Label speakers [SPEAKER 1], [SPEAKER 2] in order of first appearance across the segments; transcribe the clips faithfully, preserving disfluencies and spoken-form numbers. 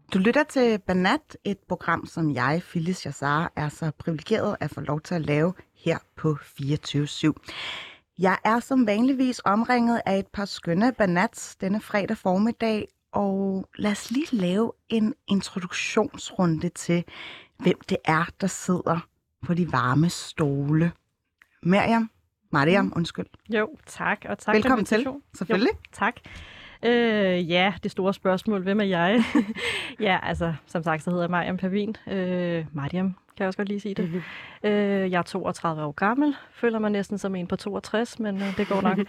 [SPEAKER 1] Du lytter til Banat, et program, som jeg, Phyllis Jassar, er så privilegeret at få lov til at lave her på fireogtyve syv. Jeg er som vanligvis omringet af et par skønne banats denne fredag formiddag, og lad os lige lave en introduktionsrunde til, hvem det er, der sidder på de varme stole. Mariam, Mariam, undskyld.
[SPEAKER 2] Jo, tak, og tak
[SPEAKER 1] Velkommen
[SPEAKER 2] for
[SPEAKER 1] til, selvfølgelig.
[SPEAKER 2] Jo, tak. Øh, ja, det store spørgsmål, hvem er jeg? ja, altså, som sagt, så hedder jeg Mariam Pervin. Øh, Mariam, kan jeg også godt lige sige det. Mm-hmm. Øh, jeg er toogtredive år gammel, føler mig næsten som en på toogtres, men øh, det går nok.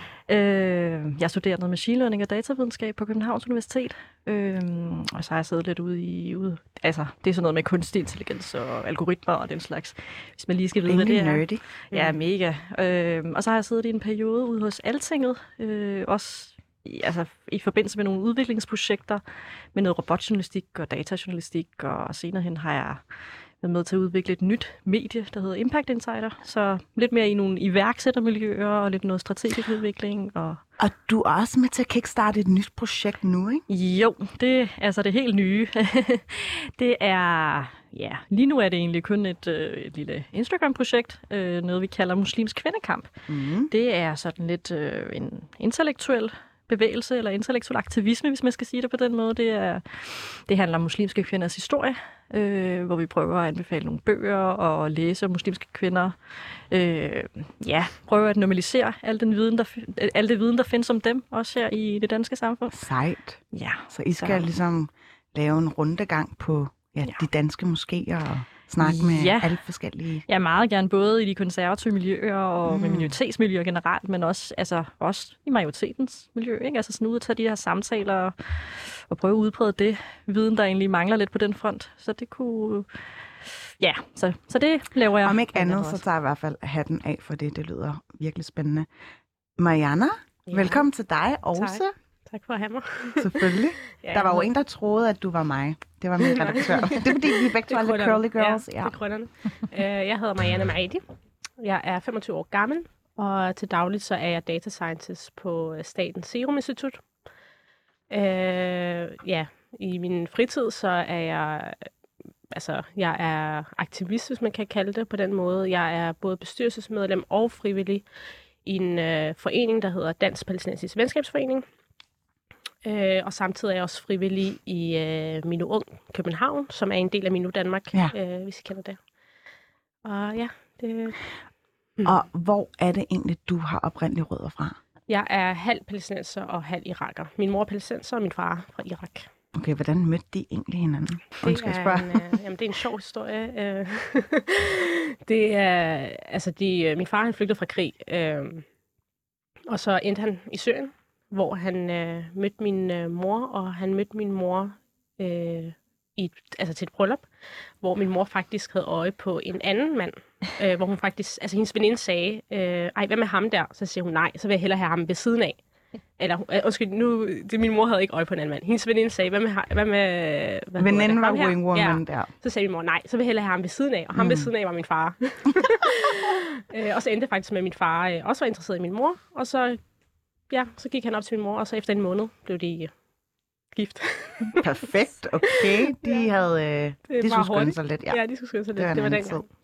[SPEAKER 2] øh, jeg studerer noget machine learning og datavidenskab på Københavns Universitet, øh, og så har jeg siddet lidt ude i... Ude, altså, det er sådan noget med kunstig intelligens og algoritmer og den slags, hvis man lige skal vide, hvad det er.
[SPEAKER 1] Nerdy.
[SPEAKER 2] Ja, mega. Øh, og så har jeg siddet i en periode ude hos Altinget, øh, også I, altså, i forbindelse med nogle udviklingsprojekter med noget robotjournalistik og datajournalistik, og senere hen har jeg været med til at udvikle et nyt medie, der hedder Impact Insider, så lidt mere i nogle iværksættermiljøer og lidt noget strategisk udvikling. Og,
[SPEAKER 1] og du er også med til at kickstarte et nyt projekt nu, ikke?
[SPEAKER 2] Jo, det altså det helt nye. det er, ja, lige nu er det egentlig kun et, øh, et lille Instagram-projekt, øh, noget vi kalder Muslimsk Kvindekamp. Mm. Det er sådan lidt øh, en intellektuel bevægelse eller intellektuel aktivisme, hvis man skal sige det på den måde. Det, er, det handler om muslimske kvinders historie, øh, hvor vi prøver at anbefale nogle bøger og læse om muslimske kvinder. Øh, ja, prøver at normalisere al den viden, der, al det viden, der findes om dem, også her i det danske samfund.
[SPEAKER 1] Sejt.
[SPEAKER 2] Ja.
[SPEAKER 1] Så I skal så... ligesom lave en rundegang på ja, ja. de danske moskéer og snakke med
[SPEAKER 2] ja.
[SPEAKER 1] alle forskellige...
[SPEAKER 2] Ja, meget gerne, både i de konservative miljøer og mm. med minoritetsmiljøer generelt, men også, altså, også i majoritetens miljø. Ikke? Altså sådan ud at tage de her samtaler og, og prøve at udbrede det viden, der egentlig mangler lidt på den front. Så det kunne... Ja, så, så det laver jeg.
[SPEAKER 1] Om ikke andet, så tager jeg i hvert fald hatten af for det. Det lyder virkelig spændende. Mariana, ja. velkommen til dig også.
[SPEAKER 3] Tak. Tak for at have mig.
[SPEAKER 1] Selvfølgelig. ja, der var jo en, der troede, at du var mig. Det var min redaktør. Det er fordi, vi begge to er lidt curly girls.
[SPEAKER 3] Ja, det er krøllerne. Jeg hedder Mariana Maidi. Jeg er femogtyve år gammel, og til dagligt så er jeg data scientist på Statens Serum Institut. Uh, ja, i min fritid så er jeg, altså, jeg er aktivist, hvis man kan kalde det på den måde. Jeg er både bestyrelsesmedlem og frivillig i en uh, forening, der hedder Dansk Palæstinensisk Venskabsforening. Øh, og samtidig er jeg også frivillig i øh, Minu Ung København, som er en del af Minu Danmark, ja. øh, hvis I kender det. Og ja, det...
[SPEAKER 1] Hmm. Og hvor er det egentlig, du har oprindelige rødder fra?
[SPEAKER 3] Jeg er halv palæstinenser og halv iraker. Min mor er palæstinenser, og min far fra Irak.
[SPEAKER 1] Okay, hvordan mødte de egentlig hinanden?
[SPEAKER 3] Det er, en, øh, jamen, det er en sjov historie. Øh, det er, altså, de, min far han flygtede fra krig, øh, og så endte han i Syrien, hvor han øh, mødte min øh, mor, og han mødte min mor øh, i, altså til et bryllup, hvor min mor faktisk havde øje på en anden mand, øh, hvor hun faktisk, altså hendes veninde sagde, øh, ej, hvad med ham der? Så siger hun, nej, så vil jeg hellere have ham ved siden af. Eller, øh, undskyld, nu, det, min mor havde ikke øje på en anden mand. Hendes veninde sagde, hvad med, hvad med hvad
[SPEAKER 1] veninden var wing woman
[SPEAKER 3] ja.
[SPEAKER 1] der.
[SPEAKER 3] Så sagde min mor, nej, så vil jeg hellere have ham ved siden af, og ham mm. ved siden af var min far. øh, og så endte faktisk med, at min far øh, også var interesseret i min mor, og så Ja, så gik han op til min mor, og så efter en måned blev de gift.
[SPEAKER 1] Perfekt, okay. De havde, øh, de skulle skynde sig lidt.
[SPEAKER 3] Ja. ja, de skulle skynde sig lidt.
[SPEAKER 1] Det var,
[SPEAKER 3] det var den gang.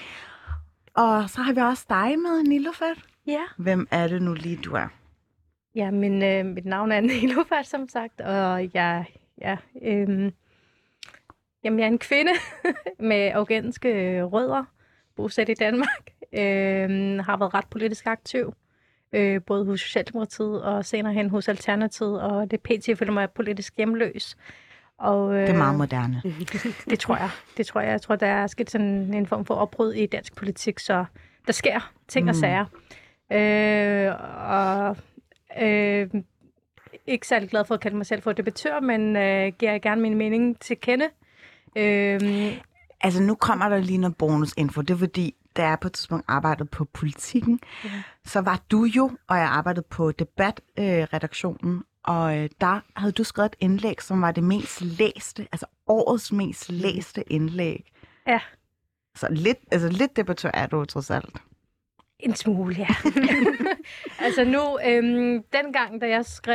[SPEAKER 1] Og så har vi også dig med, Nilofat.
[SPEAKER 4] Ja.
[SPEAKER 1] Hvem er det nu lige, du er?
[SPEAKER 4] Ja, min, øh, mit navn er Nilofat, som sagt, og jeg, ja, øh, jamen, jeg er en kvinde med afghanske rødder, bosat i Danmark. Øh, har været ret politisk aktiv. Øh, både hos Socialdemokratiet og senere hen hos Alternativet, og det pt. Føler mig politisk hjemløs. Og, øh,
[SPEAKER 1] det er meget moderne.
[SPEAKER 4] det tror jeg. Det tror jeg. Jeg tror, der er sket sådan en form for opbrud i dansk politik, så der sker ting mm. og sager. Øh, og øh, ikke særlig glad for at kalde mig selv for debattør, men øh, giver gerne min mening til kende. Øh,
[SPEAKER 1] altså nu kommer der lige noget bonusinfo. Det er fordi, da jeg på et tidspunkt arbejdede på Politikken, ja. så var du jo, og jeg arbejdede på debatredaktionen, øh, og øh, der havde du skrevet et indlæg, som var det mest læste, altså årets mest læste indlæg.
[SPEAKER 4] Ja.
[SPEAKER 1] Så lidt, altså lidt debattør er du trods alt.
[SPEAKER 4] En smule, ja. altså nu, øhm, dengang, da jeg skrev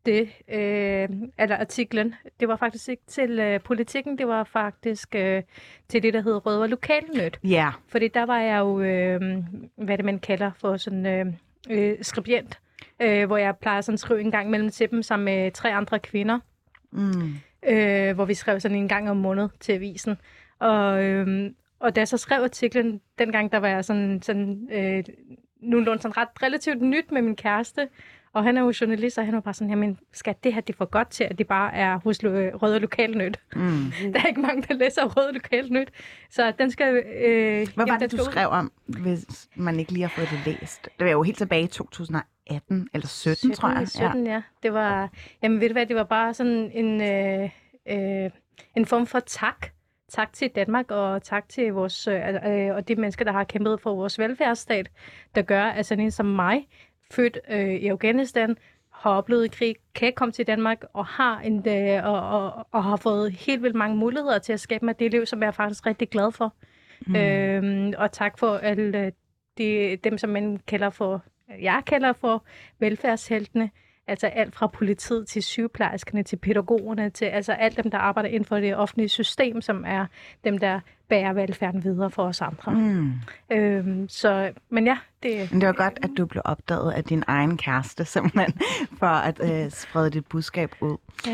[SPEAKER 4] det, øh, eller artiklen. Det var faktisk ikke til øh, Politikken, det var faktisk øh, til det, der hed Rødovre Lokalnyt.
[SPEAKER 1] Ja. Yeah.
[SPEAKER 4] Fordi der var jeg jo, øh, hvad det man kalder for sådan øh, øh, skribent, øh, hvor jeg plejer sådan at skrive en gang mellem til dem sammen med tre andre kvinder. Mm. Øh, hvor vi skrev sådan en gang om måned til avisen. Og, øh, og da jeg så skrev artiklen, dengang der var jeg sådan, sådan øh, nogenlunde sådan ret relativt nyt med min kæreste, og han er jo journalist, og han var bare sådan, jamen, skal det her, det for godt til, at det bare er hos Røde Lokalnyt? Mm. Der er ikke mange, der læser Røde Lokalnyt, så den skal... Øh,
[SPEAKER 1] Hvad var det, du skrev om, hvis man ikke lige har fået det læst? Det var jo helt tilbage i to tusind og atten eller sytten, sytten tror jeg.
[SPEAKER 4] sytten, ja. ja. Det var, jamen ved du hvad, det var bare sådan en, øh, øh, en form for tak. Tak til Danmark, og tak til vores, øh, øh, og de mennesker, der har kæmpet for vores velfærdsstat, der gør, at sådan en som mig, født øh, i Afghanistan, har oplevet krig, kan komme til Danmark og har, en, øh, og, og, og har fået helt vildt mange muligheder til at skabe mig det liv, som jeg er faktisk rigtig glad for. Mm. Øhm, og tak for alle de, dem, som man kalder for, jeg kalder for velfærdsheltene. Altså alt fra politiet til sygeplejerskerne til pædagogerne til altså alt dem, der arbejder inden for det offentlige system, som er dem, der bærer velfærden videre for os andre. Mm. Øhm, så, men ja, det...
[SPEAKER 1] Men det var godt, at du blev opdaget af din egen kæreste, simpelthen, for at øh, sprede dit budskab ud. Okay.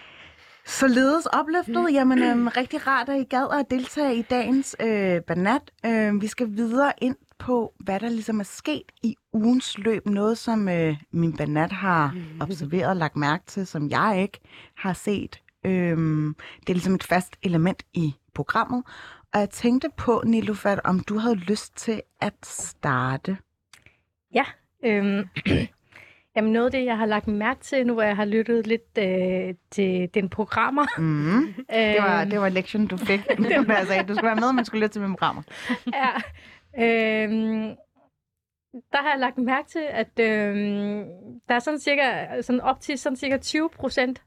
[SPEAKER 1] Således opløftet. Jamen, øhm, rigtig rart, at I gad at deltage i dagens øh, banat. Øh, vi skal videre ind på, hvad der ligesom er sket i ugens løb. Noget, som øh, min banat har observeret og lagt mærke til, som jeg ikke har set. Øh, det er ligesom et fast element i programmet. Og jeg tænkte på, Nilufat, om du havde lyst til at starte.
[SPEAKER 4] Ja, øhm, jamen noget af det, jeg har lagt mærke til nu, hvor jeg har lyttet lidt øh, til dine programmer.
[SPEAKER 1] Mm. det, var, det var lektionen, du fik. Det var, jeg sagde, du skulle være med, men skulle lytte til mine programmer.
[SPEAKER 4] Ja, øhm, der har jeg lagt mærke til, at øhm, der er sådan cirka, sådan op til sådan cirka tyve procent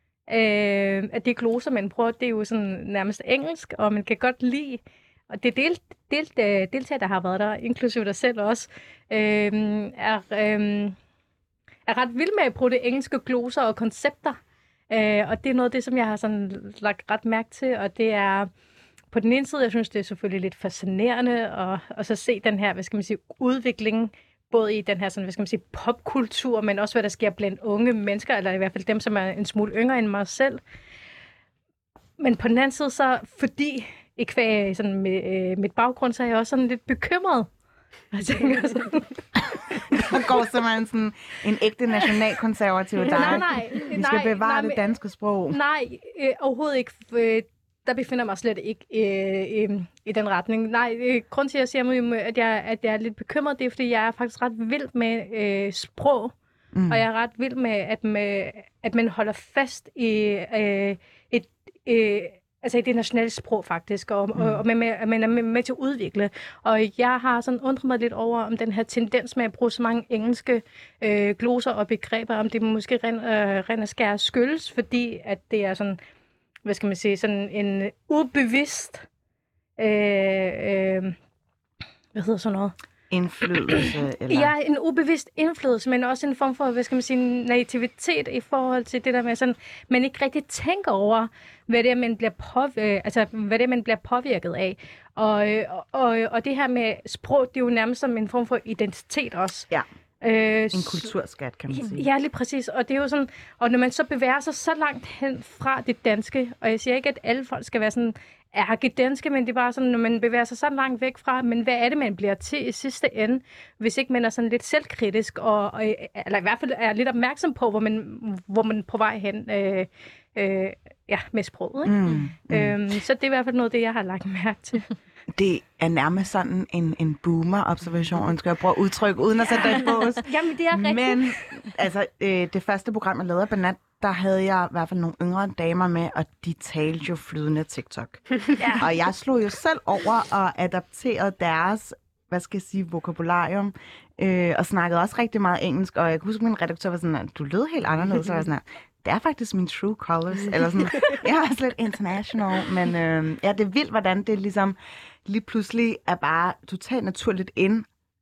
[SPEAKER 4] øh, af de gloser, man bruger, det er jo sådan nærmest engelsk, og man kan godt lide, og det er del, del, del, deltager, der har været der, inklusive dig selv også, øh, er, øh, er ret vild med at bruge det engelske gloser og koncepter. Øh, og det er noget af det, som jeg har sådan lagt ret mærke til, og det er på den ene side, jeg synes, det er selvfølgelig lidt fascinerende, og, og så se den her, hvad skal man sige, udvikling, både i den her sådan, hvad skal man sige, popkultur, men også hvad der sker blandt unge mennesker, eller i hvert fald dem, som er en smule yngre end mig selv. Men på den anden side, så fordi i kvæg sådan med, øh, mit baggrund, så er jeg også sådan lidt bekymret. Jeg tænker sådan...
[SPEAKER 1] Der går simpelthen sådan en ægte nationalkonservativ dig.
[SPEAKER 4] Nej, nej.
[SPEAKER 1] Vi skal
[SPEAKER 4] nej,
[SPEAKER 1] bevare
[SPEAKER 4] nej,
[SPEAKER 1] det danske sprog.
[SPEAKER 4] Nej, øh, overhovedet ikke. Øh, der befinder mig slet ikke øh, øh, i den retning. Nej, øh, grund til, at jeg siger, at jeg, at jeg er lidt bekymret, det er, fordi jeg er faktisk ret vild med øh, sprog. Mm. Og jeg er ret vild med, at, med, at man holder fast i øh, et... Øh, altså i det nationale sprog faktisk, og, mm. og, og man, man er med, med til at udvikle. Og jeg har sådan undret mig lidt over, om den her tendens med at bruge så mange engelske øh, gloser og begreber, om det måske ren, øh, ren og skær skyldes, fordi at det er sådan, hvad skal man sige, sådan en ubevidst, øh, øh, hvad hedder sådan noget?
[SPEAKER 1] Indflydelse? Eller?
[SPEAKER 4] Ja, en ubevidst indflydelse, men også en form for, hvad skal man sige, naivitet i forhold til det der med, sådan, man ikke rigtig tænker over, hvad det er, man bliver, påvirket, altså, hvad det er, man bliver påvirket af. Og, og, og det her med sprog, det er jo nærmest som en form for identitet også.
[SPEAKER 1] Ja.
[SPEAKER 4] Øh,
[SPEAKER 1] en kulturskat, kan man sige.
[SPEAKER 4] Ja, lige præcis. Og det er jo sådan, og når man så bevæger sig så langt hen fra det danske, og jeg siger ikke, at alle folk skal være sådan ærkedanske, men det er bare sådan, når man bevæger sig så langt væk fra, men hvad er det, man bliver til i sidste ende, hvis ikke man er sådan lidt selvkritisk, og, og eller i hvert fald er lidt opmærksom på, hvor man, hvor man er på vej hen øh, øh, ja, med sproget. Ikke? Mm, mm. Øhm, så det er i hvert fald noget, det jeg har lagt mærke til.
[SPEAKER 1] Det er nærmest sådan en, en boomer-observation, skal jeg bruge udtryk, uden at sætte dig i bås.
[SPEAKER 4] Jamen, det er rigtigt.
[SPEAKER 1] Men altså, øh, det første program, jeg lavede af Banat, der havde jeg i hvert fald nogle yngre damer med, og de talte jo flydende TikTok. Ja. Og jeg slog jo selv over og adapterede deres, hvad skal jeg sige, vokabularium, øh, og snakkede også rigtig meget engelsk, og jeg kan huske, at min redaktør var sådan, at du lød helt anderledes, så jeg var sådan, det er faktisk min true colors, eller sådan, jeg er også lidt international, men øh, ja, det er vildt, hvordan det ligesom lige pludselig er bare totalt naturligt ind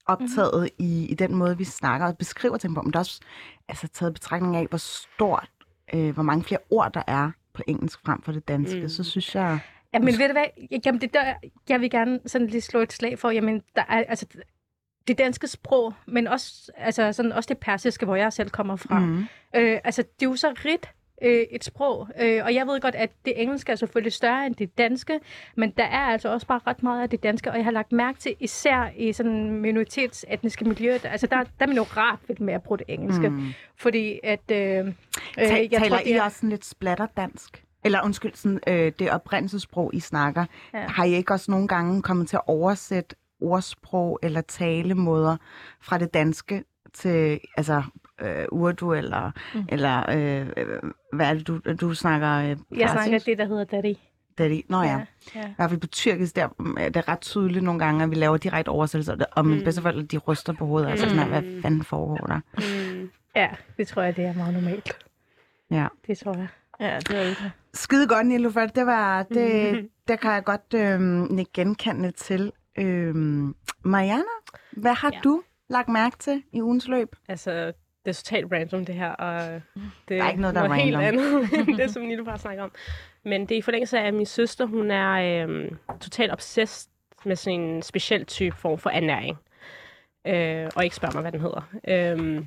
[SPEAKER 1] optaget mm-hmm. i, i den måde, vi snakker og beskriver ting på, men der er også altså, taget betragtning af, hvor stort, øh, hvor mange flere ord, der er på engelsk frem for det danske. Mm. Så synes jeg...
[SPEAKER 4] Ja, men ved du hvad? Jamen, det der, jeg vil gerne sådan lige slå et slag for, jamen, der er altså det danske sprog, men også, altså, sådan, også det persiske, hvor jeg selv kommer fra. Mm. Øh, altså, det er jo så rigt øh, et sprog, øh, og jeg ved godt, at det engelske er selvfølgelig større end det danske, men der er altså også bare ret meget af det danske, og jeg har lagt mærke til, især i sådan minoritetsetniske miljøer, altså der, der er man jo rart ved med at bruge det engelske, mm. fordi at... Øh,
[SPEAKER 1] Ta-
[SPEAKER 4] jeg
[SPEAKER 1] taler
[SPEAKER 4] tror,
[SPEAKER 1] I er... også sådan lidt splatterdansk? Eller undskyld, sådan, øh, det oprindelsessprog, I snakker. Ja. Har I ikke også nogle gange kommet til at oversætte ordsprog eller talemåder fra det danske til altså øh, urdu eller, mm. eller øh, hvad er det, du, du snakker? Øh,
[SPEAKER 4] jeg snakker det, der hedder dari.
[SPEAKER 1] Dari. Nå ja.
[SPEAKER 4] ja, ja.
[SPEAKER 1] I hvert fald på tyrkisk, der det er ret tydeligt nogle gange, at vi laver direkte oversættelser, og mine mm. bedsteforældre, de ryster på hovedet. Altså sådan her, hvad fanden foregår der?
[SPEAKER 4] Mm. Ja, det tror jeg, det er meget normalt.
[SPEAKER 1] Ja.
[SPEAKER 4] Det tror jeg.
[SPEAKER 2] Ja, det er det.
[SPEAKER 1] Skide godt, Nilofer. Det var, det, der kan jeg godt øh, genkende til. Øh, Mariana, hvad har ja. du lagt mærke til i ugens løb?
[SPEAKER 3] Altså, det er totalt random, det her. Og det
[SPEAKER 1] der er ikke noget, der er
[SPEAKER 3] helt
[SPEAKER 1] random.
[SPEAKER 3] andet end det, som Nilofer snakker om. Men det er i forlængelse af, at min søster, hun er øh, totalt obsessed med sådan en speciel type form for ernæring. Øh, og ikke spørg mig, hvad den hedder. Øh,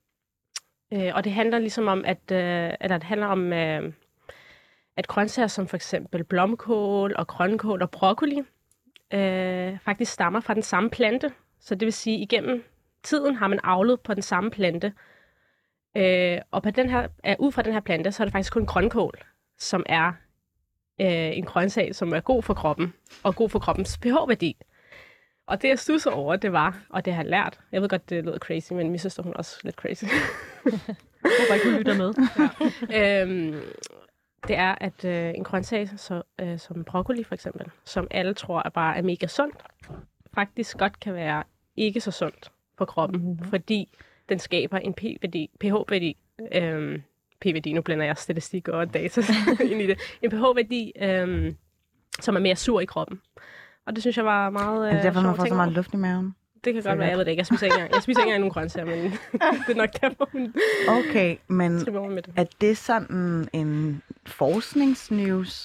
[SPEAKER 3] øh, og det handler ligesom om, at, øh, eller det handler om, øh, at grøntsager som for eksempel blomkål og grønkål og broccoli, øh, faktisk stammer fra den samme plante. Så det vil sige, at igennem tiden har man avlet på den samme plante. Øh, og på den her, øh, ud fra den her plante, så er det faktisk kun grønkål, som er øh, en grøntsag, som er god for kroppen, og god for kroppens pH-værdi. Og det, jeg studsede over, det var, og det har jeg lært, jeg ved godt, det lød crazy, men min søster, hun er også lidt crazy.
[SPEAKER 2] Jeg håber ikke, hun lytter med.
[SPEAKER 3] Ja. øhm, det er, at øh, en grøntsag, så, øh, som broccoli for eksempel, som alle tror er bare er mega sundt, faktisk godt kan være ikke så sundt for kroppen, mm-hmm. fordi den skaber en p-værdi, pH-værdi, øhm, p-værdi, nu blander jeg statistik og data ind i det, en pH-værdi, øhm, som er mere sur i kroppen. Og det synes jeg var meget øh,
[SPEAKER 1] er det derfor, man får så meget luft i maven?
[SPEAKER 3] Det kan godt være, jeg ved det ikke. Jeg spiser ikke engang, jeg spiser ikke engang nogen grøntsager, men det er nok derfor, hun
[SPEAKER 1] okay, men
[SPEAKER 3] med det.
[SPEAKER 1] Er det sådan en forskningsnews?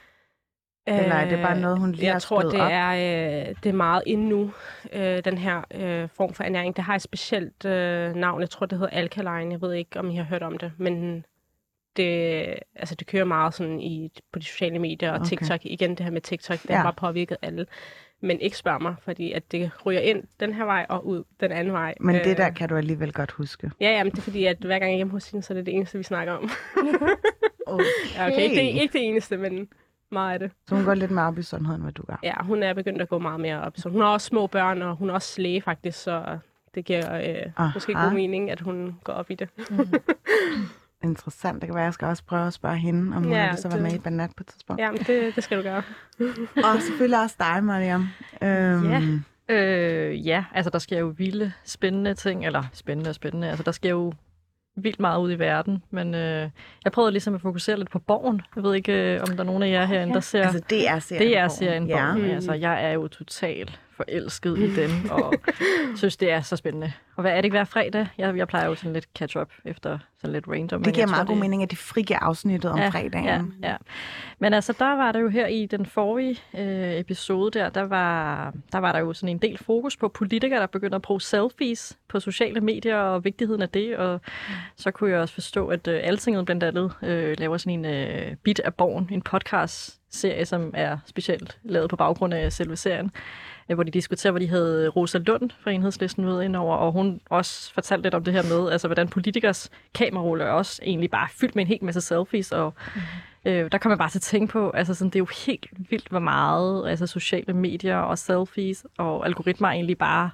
[SPEAKER 1] Øh, Eller er det bare noget, hun lige
[SPEAKER 3] jeg
[SPEAKER 1] har
[SPEAKER 3] tror, det
[SPEAKER 1] op?
[SPEAKER 3] er, øh, det er meget inde nu, øh, den her øh, form for ernæring. Det har et specielt øh, navn. Jeg tror, det hedder Alkaline. Jeg ved ikke, om I har hørt om det, men det, altså, det kører meget sådan i, på de sociale medier og TikTok. Okay. Igen det her med TikTok, det har ja. bare påvirket alle. Men ikke spørg mig, fordi at det ryger ind den her vej og ud den anden vej.
[SPEAKER 1] Men det der kan du alligevel godt huske.
[SPEAKER 3] Ja, ja, men det er fordi, at hver gang jeg er hjemme hos hende, så er det det eneste, vi snakker om.
[SPEAKER 1] Okay.
[SPEAKER 3] Ja, okay. Ikke, det, ikke det eneste, men meget af det.
[SPEAKER 1] Så hun går lidt mere op i sundheden, hvad du gør?
[SPEAKER 3] Ja, hun er begyndt at gå meget mere op. Så hun har også små børn, og hun er også læge faktisk, så det giver øh, måske god mening, at hun går op i det. Mm.
[SPEAKER 1] Interessant. Det kan være, jeg skal også prøve at spørge hende, om hun ja, har lyst til at være med i Banat på et tidspunkt.
[SPEAKER 3] Ja, det, det skal du gøre.
[SPEAKER 1] Og selvfølgelig også dig, Mariam. Øhm...
[SPEAKER 2] Ja. Øh, ja, altså der sker jo vilde, spændende ting, eller spændende og spændende, altså der sker jo vildt meget ud i verden, men øh, jeg prøvede ligesom at fokusere lidt på Borgen. Jeg ved ikke, øh, om der er nogen af jer herinde, der ser...
[SPEAKER 1] Altså, det er serien
[SPEAKER 2] Det er serien Borgen.
[SPEAKER 1] Ja.
[SPEAKER 2] Mm. Altså, jeg er jo totalt forelsket i den, og synes, det er så spændende. Og hvad er det ikke hver fredag? Jeg, jeg plejer jo sådan lidt catch-up efter sådan lidt random.
[SPEAKER 1] Det giver meget god
[SPEAKER 2] det...
[SPEAKER 1] mening, at de frigiver afsnittet om
[SPEAKER 2] ja,
[SPEAKER 1] fredagen.
[SPEAKER 2] Ja, ja. Men altså, der var der jo her i den forrige øh, episode der, der var, der var der jo sådan en del fokus på politikere, der begynder at bruge selfies på sociale medier og vigtigheden af det. Og mm. så kunne jeg også forstå, at øh, Altinget blandt andet øh, laver sådan en øh, Bit af Borgen, en podcast-serie, som er specielt lavet på baggrund af selve serien, hvor de diskuterer, hvor de havde Rosa Lund fra Enhedslisten med indover, og hun også fortalte lidt om det her med, altså hvordan politikers kamerarulle er også egentlig bare fyldt med en hel masse selfies, og mm. øh, der kan man bare til at tænke på, altså sådan, det er jo helt vildt, hvor meget altså sociale medier og selfies og algoritmer egentlig bare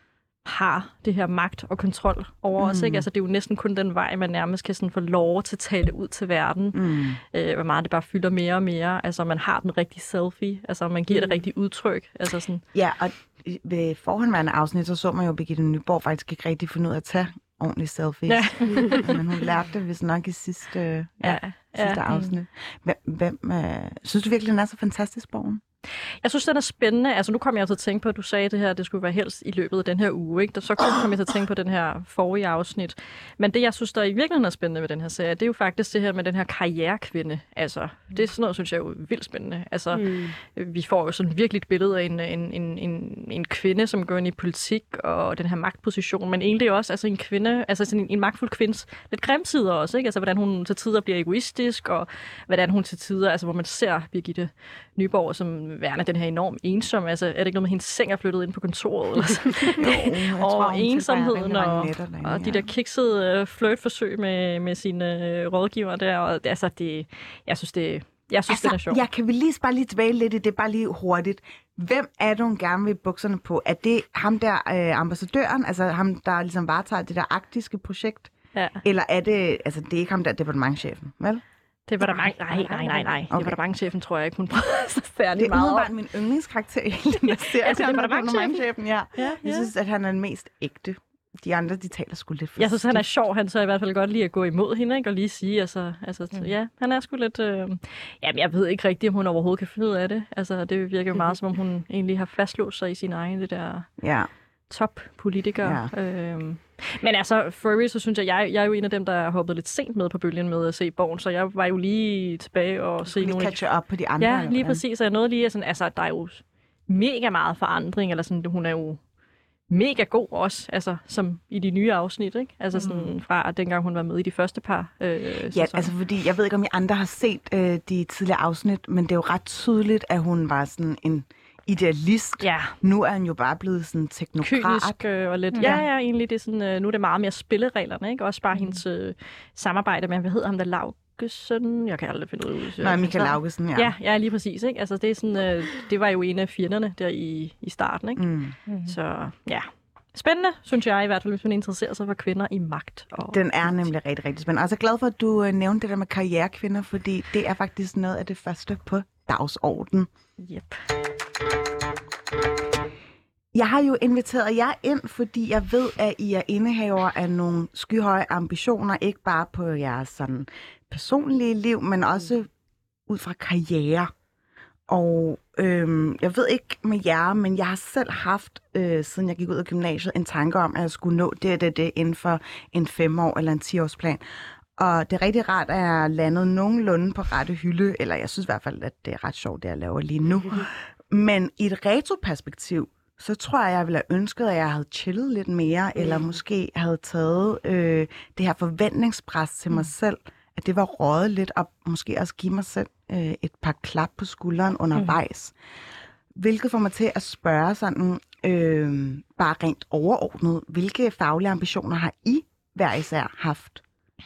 [SPEAKER 2] har det her magt og kontrol over mm. os, ikke? Altså det er jo næsten kun den vej, man nærmest kan sådan få lov til at tale ud til verden. Mm. Øh, hvor meget det bare fylder mere og mere. Altså man har den rigtige selfie, altså man giver mm. det rigtige udtryk. Altså sådan.
[SPEAKER 1] Ja, og ved forhåndværende afsnit, så så man jo Birgitte Nyborg faktisk ikke rigtig finde ud af at tage ordentlige selfies. Ja. Men hun lærte det vist nok i sidste, ja, ja, sidste ja. afsnit. Hvem, hvem øh, synes du virkelig, den er så fantastisk, Borgen?
[SPEAKER 2] Jeg synes, den er spændende. Altså, nu kom jeg til at tænke på, at du sagde det her, det skulle være helst i løbet af den her uge, ikke? Så kom jeg til at tænke på den her forrige afsnit. Men det, jeg synes, der i virkeligheden er spændende ved den her serie, det er jo faktisk det her med den her karrierekvinde. Altså, det er sådan noget, synes jeg er jo vildt spændende. Altså, mm. vi får jo sådan virkelig et billede af en, en, en, en, en kvinde, som går ind i politik og den her magtposition, men egentlig også altså en kvinde, altså sådan en, en magtfuld kvindes lidt grimsider også, ikke? Altså, hvordan hun til tider bliver egoistisk, og hvordan hun til tider, altså hvor man ser Birgitte Nyborg som værende den her enormt ensom. Altså, er det ikke noget med, hendes seng er flyttet ind på kontoret? Eller sådan?
[SPEAKER 1] jo,
[SPEAKER 2] og
[SPEAKER 1] tror,
[SPEAKER 2] ensomheden og,
[SPEAKER 1] derinde,
[SPEAKER 2] og de
[SPEAKER 1] ja.
[SPEAKER 2] der kiksede uh, flirtforsøg med, med sine uh, rådgiver der. Og, altså, det, jeg synes, det, jeg synes
[SPEAKER 1] altså,
[SPEAKER 2] det er sjovt.
[SPEAKER 1] Jeg kan vi lige bare lige tilbage lidt i det, bare lige hurtigt. Hvem er det, hun gerne vil bukserne på? Er det ham der, øh, ambassadøren, altså ham, der ligesom varetager det der arktiske projekt?
[SPEAKER 2] Ja.
[SPEAKER 1] Eller er det, altså det er ikke ham der, departementschefen, vel?
[SPEAKER 2] Det var der mange, nej, nej, nej, nej.
[SPEAKER 1] Okay.
[SPEAKER 2] Det var der mange chefen, tror jeg ikke, hun prøvede så særlig
[SPEAKER 1] Det er
[SPEAKER 2] meget.
[SPEAKER 1] umiddelbart min yndlingskarakter i hele den her serie.
[SPEAKER 2] Altså, det var der mange
[SPEAKER 1] chefen, ja.
[SPEAKER 2] Ja,
[SPEAKER 1] Jeg
[SPEAKER 2] ja.
[SPEAKER 1] synes, at han er den mest ægte. De andre, de taler sgu lidt for
[SPEAKER 2] Jeg synes, han er
[SPEAKER 1] stift.
[SPEAKER 2] sjov. Han så i hvert fald godt lige at gå imod hende, ikke? Og lige sige, altså, altså mm. ja, han er sgu lidt... Øh... Jamen, jeg ved ikke rigtigt, om hun overhovedet kan finde ud af det. Altså, det virker jo meget, som om hun egentlig har fastlåst sig i sin egen, det der
[SPEAKER 1] Ja.
[SPEAKER 2] top-politiker.
[SPEAKER 1] Ja.
[SPEAKER 2] Øhm. Men altså, for øvrigt, så synes jeg, jeg, jeg er jo en af dem, der er hoppet lidt sent med på bølgen med at se Borgen, så jeg var jo lige tilbage og se nogle...
[SPEAKER 1] catche op på de andre.
[SPEAKER 2] Ja,
[SPEAKER 1] eller
[SPEAKER 2] lige
[SPEAKER 1] hvordan?
[SPEAKER 2] præcis. Og jeg nåede lige, sådan, altså, der er jo mega meget forandring, eller sådan, hun er jo mega god også, altså, som i de nye afsnit, ikke? Altså sådan
[SPEAKER 1] Mm.
[SPEAKER 2] fra dengang hun var med i de første par øh,
[SPEAKER 1] Ja,
[SPEAKER 2] sæsoner.
[SPEAKER 1] altså fordi, jeg ved ikke, om I andre har set øh, de tidligere afsnit, men det er jo ret tydeligt, at hun var sådan en idealist.
[SPEAKER 2] Ja,
[SPEAKER 1] Nu er han jo bare blevet sådan en teknokrat.
[SPEAKER 2] kynisk øh, og lidt...
[SPEAKER 1] Mm.
[SPEAKER 2] Ja, ja, egentlig, det er sådan, øh, nu er det meget mere spillereglerne, ikke? Også bare
[SPEAKER 1] Mm.
[SPEAKER 2] hendes øh, samarbejde med, hvad hedder ham der, Laugesen? Jeg kan aldrig finde ud af.
[SPEAKER 1] Nej, Michael Laugesen, ja.
[SPEAKER 2] Ja, ja, lige præcis, ikke? Altså, det er sådan, øh, det var jo en af fjenderne der i, i starten, ikke?
[SPEAKER 1] Mm.
[SPEAKER 2] Så ja, spændende, synes jeg i hvert fald, hvis man interesserer sig for kvinder i magt. Og...
[SPEAKER 1] Den er nemlig rigtig, rigtig spændende. Og så er jeg glad for, at du øh, nævnte det der med karrierekvinder, fordi det er faktisk noget af det første på dagsordenen.
[SPEAKER 2] Yep.
[SPEAKER 1] Jeg har jo inviteret jer ind, fordi jeg ved, at I er indehaver af nogle skyhøje ambitioner, ikke bare på jeres sådan personlige liv, men også ud fra karriere. Og øhm, jeg ved ikke med jer, men jeg har selv haft, øh, siden jeg gik ud af gymnasiet, en tanke om, at jeg skulle nå det det, det inden for en fem år eller en ti-årsplan. Og det er rigtig rart, at jeg er landet nogenlunde på rette hylde, eller jeg synes i hvert fald, at det er ret sjovt, det jeg laver lige nu. Men i et retroperspektiv, så tror jeg, jeg ville have ønsket, at jeg havde chillet lidt mere, mm. eller måske havde taget øh, det her forventningspres til mig selv, at det var røget lidt, og måske også give mig selv øh, et par klap på skulderen undervejs. Mm. Hvilket får mig til at spørge sådan, øh, bare rent overordnet, hvilke faglige ambitioner har I hver især haft?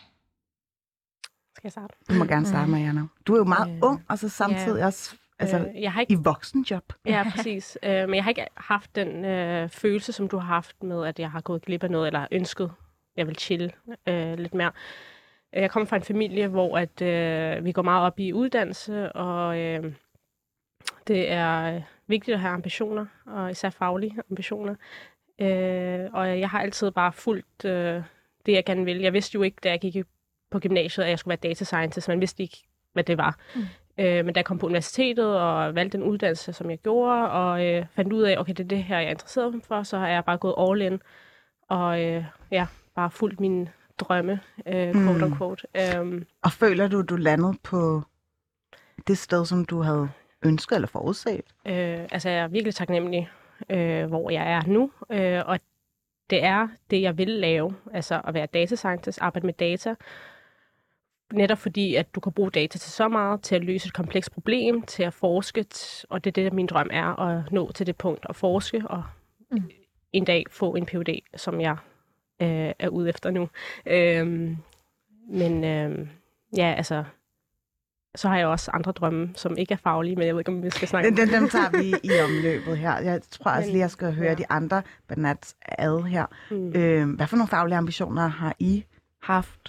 [SPEAKER 3] Skal jeg starte?
[SPEAKER 1] Du må gerne starte, Mariana. Du er jo meget
[SPEAKER 3] Øh,
[SPEAKER 1] ung, og så samtidig
[SPEAKER 3] ja.
[SPEAKER 1] også altså,
[SPEAKER 3] øh, jeg har ikke
[SPEAKER 1] i voksenjob.
[SPEAKER 3] Ja, præcis. Øh, men jeg har ikke haft den øh, følelse, som du har haft med, at jeg har gået glip af noget, eller ønsket, jeg vil chille øh, lidt mere. Jeg kommer fra en familie, hvor at, øh, vi går meget op i uddannelse, og øh, det er vigtigt at have ambitioner, og især faglige ambitioner. Øh, og jeg har altid bare fulgt øh, det, jeg gerne vil. Jeg vidste jo ikke, da jeg gik på gymnasiet, at jeg skulle være data scientist. Man vidste ikke, hvad det var. Mm. Øh, men da jeg kom på universitetet og valgte den uddannelse, som jeg gjorde, og øh, fandt ud af, okay, det er det her, jeg er interesseret for, så har jeg bare gået all in, og øh, ja, bare fulgt mine drømme, øh, quote
[SPEAKER 1] Mm.
[SPEAKER 3] unquote. Um,
[SPEAKER 1] Og føler du, du landede på det sted, som du havde ønsket eller forudset?
[SPEAKER 3] øh, altså, jeg er virkelig taknemmelig, øh, hvor jeg er nu, øh, og det er det, jeg vil lave, altså at være data scientist, arbejde med data, netop fordi, at du kan bruge data til så meget, til at løse et komplekst problem, til at forske, og det er det, min drøm er, at nå til det punkt at forske, og mm. en dag få en P H D, som jeg øh, er ude efter nu. Øhm, men øh, ja, altså, så har jeg også andre drømme, som ikke er faglige, men jeg ved ikke, om vi skal snakke om
[SPEAKER 1] Dem, dem tager vi i omløbet her. Jeg tror også
[SPEAKER 3] Men,
[SPEAKER 1] lige, jeg skal høre
[SPEAKER 3] ja.
[SPEAKER 1] de andre banats ad her.
[SPEAKER 3] Mm.
[SPEAKER 1] Øh, hvad for nogle faglige ambitioner har I haft?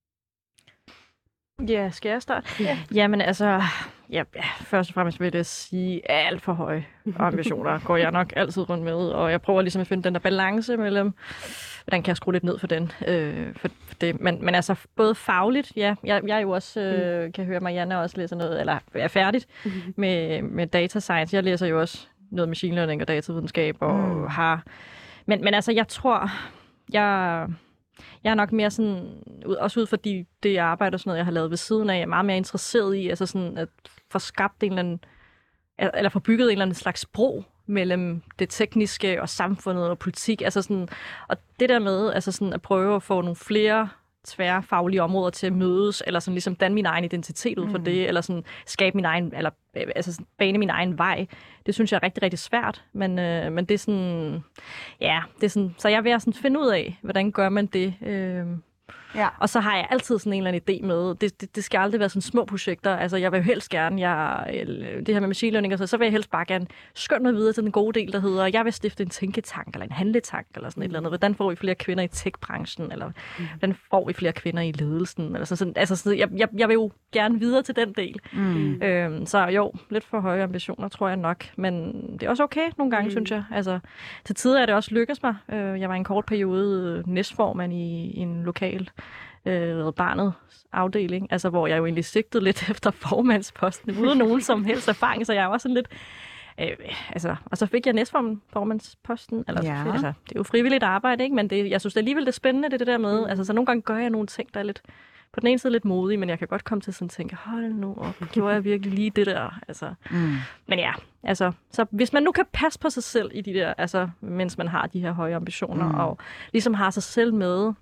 [SPEAKER 2] Ja, skal jeg starte?
[SPEAKER 3] Ja.
[SPEAKER 2] Jamen altså, ja, ja, først og fremmest vil jeg sige, alt for høje ambitioner går jeg nok altid rundt med, og jeg prøver ligesom at finde den der balance mellem, hvordan kan jeg skrue lidt ned for den. Øh, for, for det. Men, men altså både fagligt, ja, jeg, jeg er jo også, øh, mm. kan høre, Marianne også læser noget, eller er færdigt mm. med, med data science. Jeg læser jo også noget machine learning og datavidenskab, og mm. har... Men, men altså, jeg tror, jeg... Jeg er nok mere sådan, også ud for de, det arbejde og sådan noget, jeg har lavet ved siden af, jeg er meget mere interesseret i, altså sådan at få skabt en eller anden, eller få bygget en eller anden slags bro mellem det tekniske og samfundet og politik, altså sådan, og det der med, altså sådan at prøve at få nogle flere tværfaglige områder til at mødes, eller sådan ligesom danne min egen identitet ud for mm. det, eller sådan skabe min egen, eller altså sådan bane min egen vej. Det synes jeg er rigtig, rigtig svært, men, øh, men det er sådan, ja, det er sådan, så jeg er ved at sådan finde ud af, hvordan gør man det. Øh, ja. Og så har jeg altid sådan en eller anden idé med, det, det, det skal aldrig være sådan små projekter, altså jeg vil jo helst gerne, jeg, det her med machine learning og så, så vil jeg helst bare gerne skynde mig videre til den gode del, der hedder, jeg vil stifte en tænketank, eller en handletank, eller sådan et eller andet. Hvordan får vi flere kvinder i tech-branchen, eller mm. hvordan får vi flere kvinder i ledelsen, eller sådan, altså sådan, jeg, jeg, jeg vil jo gerne videre til den del. Mm. Øhm, så jo, lidt for høje ambitioner, tror jeg nok, men det er også okay nogle gange, mm. synes jeg. Altså, til tider er det også lykkedes mig. Jeg var en kort periode næstformand i, i en lokal Øh, barnet afdeling, altså hvor jeg jo egentlig sigtede lidt efter formandsposten, uden nogen som helst erfaring, så jeg var sådan lidt, øh, altså, og så fik jeg næstformandsposten, eller ja. altså, det er jo frivilligt arbejde, ikke, men det, jeg synes det alligevel det er spændende, det, det der med, mm. altså, så nogle gange gør jeg nogle ting, der er lidt, på den ene side lidt modige, men jeg kan godt komme til sådan at tænke, hold nu op, gjorde jeg virkelig lige det der, altså, mm. men ja, altså, så hvis man nu kan passe på sig selv i de der, altså, mens man har de her høje ambitioner, mm. og ligesom har sig selv med,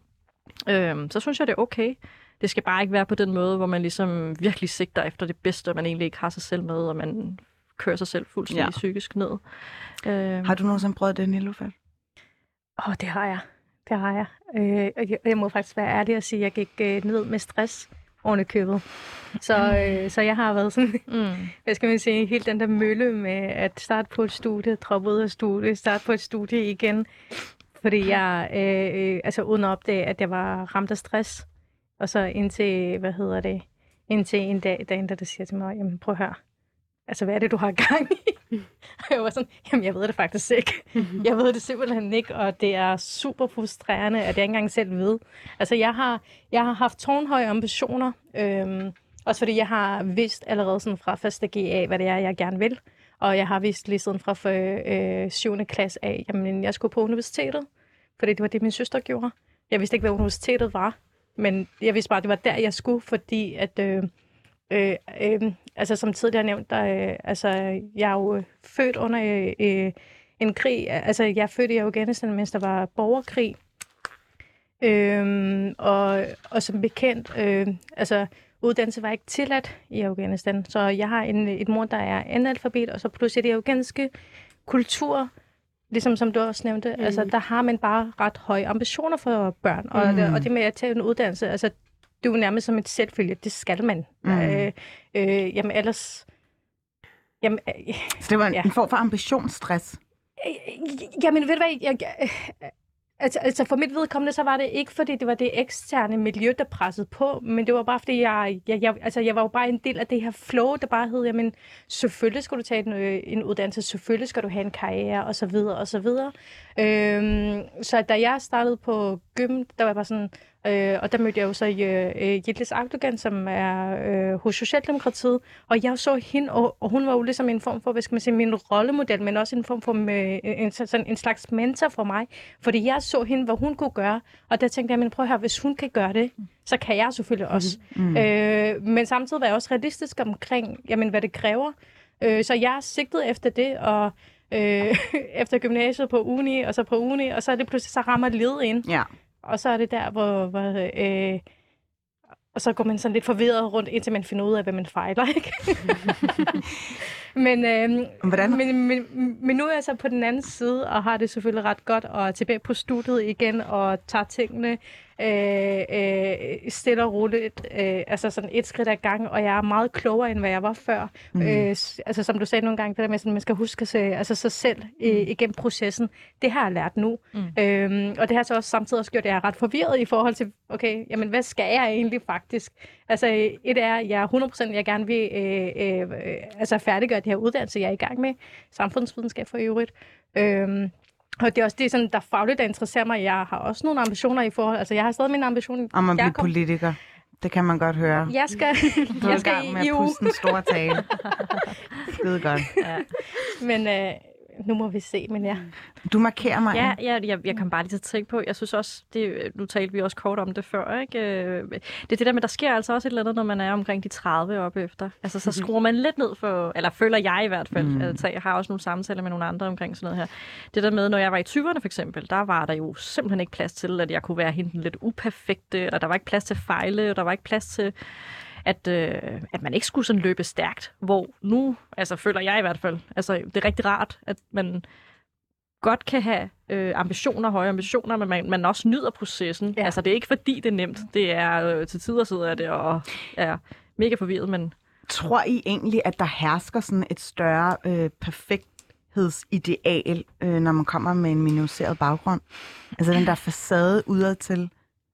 [SPEAKER 2] Øhm, så synes jeg, det er okay. Det skal bare ikke være på den måde, hvor man ligesom virkelig sigter efter det bedste, og man egentlig ikke har sig selv med, og man kører sig selv fuldstændig ja. psykisk ned. Øhm.
[SPEAKER 1] Har du nogensinde prøvet det, Nilüfer?
[SPEAKER 4] Åh, oh, det har jeg. Det har jeg. Øh, og jeg. Jeg må faktisk være ærlig og sige, at jeg gik øh, ned med stress oven i købet. Så, øh, så jeg har været sådan, mm. hvad skal man sige, helt den der mølle med at starte på et studie, droppe ud af studie, starte på et studie igen. Fordi jeg, øh, altså uden at opdage, at jeg var ramt af stress. Og så indtil, hvad hedder det, indtil en dag, der der siger til mig, jamen prøv at høre, altså hvad er det, du har gang i? Og jeg var sådan, jamen jeg ved det faktisk ikke. Jeg ved det simpelthen ikke, og det er super frustrerende, at jeg ikke engang selv ved. Altså jeg har, jeg har haft tårnhøje ambitioner, øhm, også fordi jeg har vidst allerede sådan fra første G af, hvad det er, jeg gerne vil. Og jeg har vist lige siden fra for, øh, syvende klasse af, jamen jeg skulle på universitetet, fordi det var det, min søster gjorde. Jeg vidste ikke, hvad universitetet var, men jeg vidste bare, at det var der, jeg skulle, fordi at, øh, øh, øh, altså som tidligere nævnt, der, øh, altså jeg er jo født under øh, en krig, altså jeg er født i Afghanistan, mens der var borgerkrig. Øh, og, og som bekendt, øh, altså uddannelse var ikke tilladt i Afghanistan, så jeg har en, et mor, der er analfabet, og så pludselig det afghanske kultur, ligesom som du også nævnte, mm. altså der har man bare ret høje ambitioner for børn, og, mm. det, og det med at tage en uddannelse, altså det er jo nærmest som et selvfølge, det skal man. Mm. Øh, øh, jamen ellers... Jamen, øh,
[SPEAKER 1] så det var en, ja. en form for ambitionsstress?
[SPEAKER 4] Jamen ved du hvad, jeg... jeg Altså, altså for mit vedkommende, så var det ikke, fordi det var det eksterne miljø, der pressede på, men det var bare, fordi jeg, jeg, jeg, altså, jeg var jo bare en del af det her flow, der bare hed, jamen, selvfølgelig skal du tage en, øh, en uddannelse, selvfølgelig skal du have en karriere, og så videre, og så videre. Øhm, så da jeg startede på gym, der var bare sådan, øh, og der mødte jeg jo så øh, Yildiz Akdogan, som er øh, hos Socialdemokratiet, og jeg så hende, og, og hun var jo ligesom en form for, hvad skal man sige, min rollemodel, men også en form for med, en, sådan, en slags mentor for mig, fordi jeg så hende, hvad hun kunne gøre, og der tænkte jeg, men prøv at høre, hvis hun kan gøre det, så kan jeg selvfølgelig også. Mm. Øh, men samtidig var jeg også realistisk omkring, jamen, hvad det kræver. Øh, så jeg sigtede efter det, og øh, efter gymnasiet på uni, og så på uni, og så er det pludselig, så rammer led ind. Ja. Og så er det der, hvor... hvor øh, og så går man sådan lidt forvirret rundt, indtil man finder ud af, hvad man fejler, ikke? men, øh,
[SPEAKER 1] Hvordan?
[SPEAKER 4] Men, men, men nu er jeg så på den anden side, og har det selvfølgelig ret godt, og er tilbage på studiet igen, og tager tingene øh, øh, stille og roligt, øh, altså sådan et skridt ad gang, og jeg er meget klogere, end hvad jeg var før. Mm. Øh, altså som du sagde nogle gange, det der med, at man skal huske sig, altså sig selv øh, igennem processen, det har jeg lært nu. Mm. Øh, og det har så også samtidig også gjort, at jeg er ret forvirret i forhold til, okay, jamen hvad skal jeg egentlig faktisk? Altså et er, jeg er hundrede procent, jeg gerne vil øh, øh, altså færdiggøre det her uddannelse, jeg er i gang med, samfundsvidenskab for øvrigt. Øh, Og det er også det, sådan, der fagligt, der interesserer mig. Jeg har også nogle ambitioner i forhold... Altså, jeg har stadig mine ambitioner.
[SPEAKER 1] Om at blive
[SPEAKER 4] kom...
[SPEAKER 1] politiker. Det kan man godt høre.
[SPEAKER 4] Jeg skal,
[SPEAKER 1] du
[SPEAKER 4] jeg skal
[SPEAKER 1] gang med
[SPEAKER 4] i
[SPEAKER 1] at
[SPEAKER 4] E U.
[SPEAKER 1] puste en stor tale. Skide godt.
[SPEAKER 2] Ja.
[SPEAKER 4] Men øh, nu må vi se, men ja.
[SPEAKER 1] Du markerer mig.
[SPEAKER 2] Ja, ja jeg, jeg kom bare lige til at tænke på, jeg synes også, det, nu talte vi også kort om det før, ikke? Det er det der med, der sker altså også et eller andet, når man er omkring de tredive op efter. Altså, så skruer man lidt ned for, eller føler jeg i hvert fald, mm. altså, jeg har også nogle samtaler med nogle andre omkring sådan noget her. Det der med, når jeg var i tyverne for eksempel, der var der jo simpelthen ikke plads til, at jeg kunne være hende lidt uperfekte, eller der var ikke plads til fejle, og der var ikke plads til... At, øh, at man ikke skulle sådan løbe stærkt, hvor nu, altså føler jeg i hvert fald, altså det er rigtig rart, at man godt kan have øh, ambitioner, høje ambitioner, men man, man også nyder processen. Ja. Altså det er ikke fordi, det er nemt. Det er øh, til tider sidder jeg der og er mega forvirret, men...
[SPEAKER 1] Tror I egentlig, at der hersker sådan et større øh, perfekthedsideal, øh, når man kommer med en minoriseret baggrund? Altså den der facade udadtil?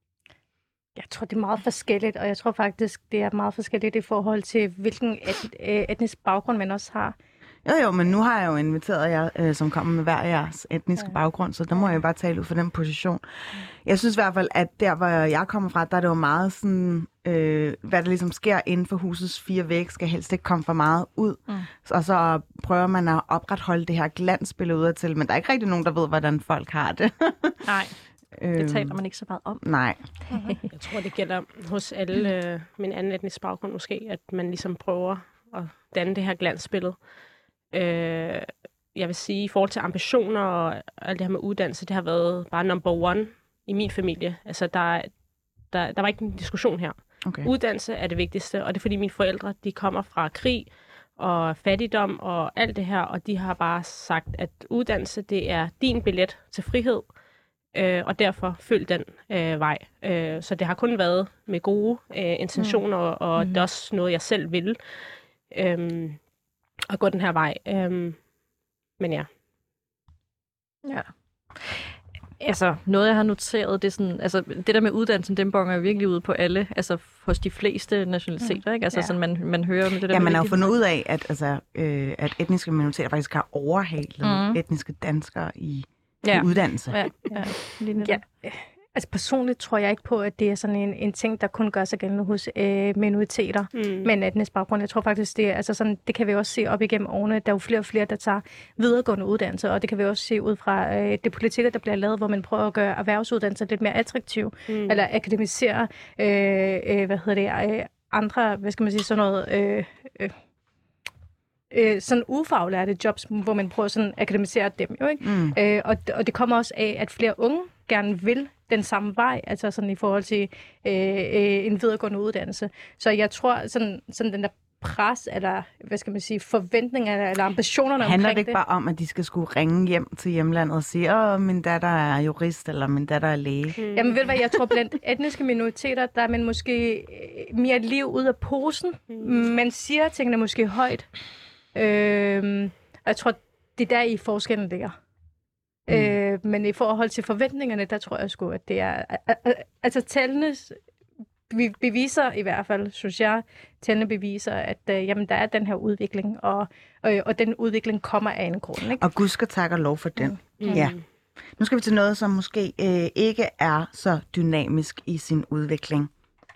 [SPEAKER 4] Jeg tror, det er meget forskelligt, og jeg tror faktisk, det er meget forskelligt i forhold til, hvilken et, etnisk baggrund man også har.
[SPEAKER 1] Jo, jo, men nu har jeg jo inviteret jer, øh, som kommer med hver jeres etniske ja. baggrund, så der må jeg bare tale ud for den position. Jeg synes i hvert fald, at der, hvor jeg kommer fra, der er det jo meget sådan, øh, hvad der ligesom sker inden for husets fire vægge, skal helst ikke komme for meget ud. Mm. Og så prøver man at opretholde det her glansbillede udadtil, men der er ikke rigtig nogen, der ved, hvordan folk har det.
[SPEAKER 2] Nej. Det taler man ikke så meget om.
[SPEAKER 1] Nej.
[SPEAKER 3] Jeg tror, det gælder hos alle øh, min anden etnisk baggrund måske, at man ligesom prøver at danne det her glansbillede. Øh, jeg vil sige, i forhold til ambitioner og alt det her med uddannelse, det har været bare number one i min familie. Altså, der, der, der var ikke en diskussion her. Okay. Uddannelse er det vigtigste, og det er fordi mine forældre, de kommer fra krig og fattigdom og alt det her, og de har bare sagt, at uddannelse, det er din billet til frihed, øh, og derfor følg den øh, vej. Øh, så det har kun været med gode øh, intentioner, mm. og, og mm. det er også noget, jeg selv vil. Øh, at gå den her vej. Øhm, men ja.
[SPEAKER 2] Ja. Altså, noget jeg har noteret, det er sådan, altså, det der med uddannelsen, den bonger jo virkelig ud på alle, altså hos de fleste nationaliteter, ikke? Altså, ja. sådan, man, man hører med det der.
[SPEAKER 1] Ja,
[SPEAKER 2] man
[SPEAKER 1] har jo fundet ud af, at, altså, øh, at etniske minoriteter faktisk har overhalet mm. etniske danskere i, ja. i uddannelse.
[SPEAKER 2] Ja, ja.
[SPEAKER 4] ja. Altså personligt tror jeg ikke på, at det er sådan en, en ting, der kun gør sig gældende hos øh, minoriteter mm. med en etnisk baggrund. Jeg tror faktisk, det er, altså sådan, det kan vi også se op igennem årene. Der er jo flere og flere, der tager videregående uddannelser, og det kan vi også se ud fra øh, det politikker, der bliver lavet, hvor man prøver at gøre erhvervsuddannelser lidt mere attraktiv, mm. eller akademisere, øh, øh, hvad hedder det, øh, andre, hvad skal man sige, sådan noget... Øh, øh, Øh, sådan ufaglærte jobs, hvor man prøver sådan at akademisere dem jo, ikke? Mm. Øh, og, og det kommer også af, at flere unge gerne vil den samme vej, altså sådan i forhold til øh, øh, en videregående uddannelse. Så jeg tror, sådan, sådan den der pres, eller hvad skal man sige, forventninger, eller ambitionerne omkring det.
[SPEAKER 1] Handler det ikke bare om, at de skal skulle ringe hjem til hjemlandet og sige, åh, min datter er jurist, eller min datter er læge?
[SPEAKER 4] Mm. Jamen ved du hvad, jeg tror blandt etniske minoriteter, der er man måske mere liv ud af posen. Mm. Man siger tingene måske højt. Øh, og jeg tror, det er der i forskellen ligger. Mm. Øh, men i forhold til forventningerne, der tror jeg sgu, at det er... Altså tallene beviser i hvert fald, synes jeg, tallene beviser, at øh, jamen, der er den her udvikling, og, og, og den udvikling kommer af en grund. Ikke?
[SPEAKER 1] Og Gud skal takke og lov for den.
[SPEAKER 4] Mm.
[SPEAKER 1] Ja. Nu skal vi til noget, som måske øh, ikke er så dynamisk i sin udvikling.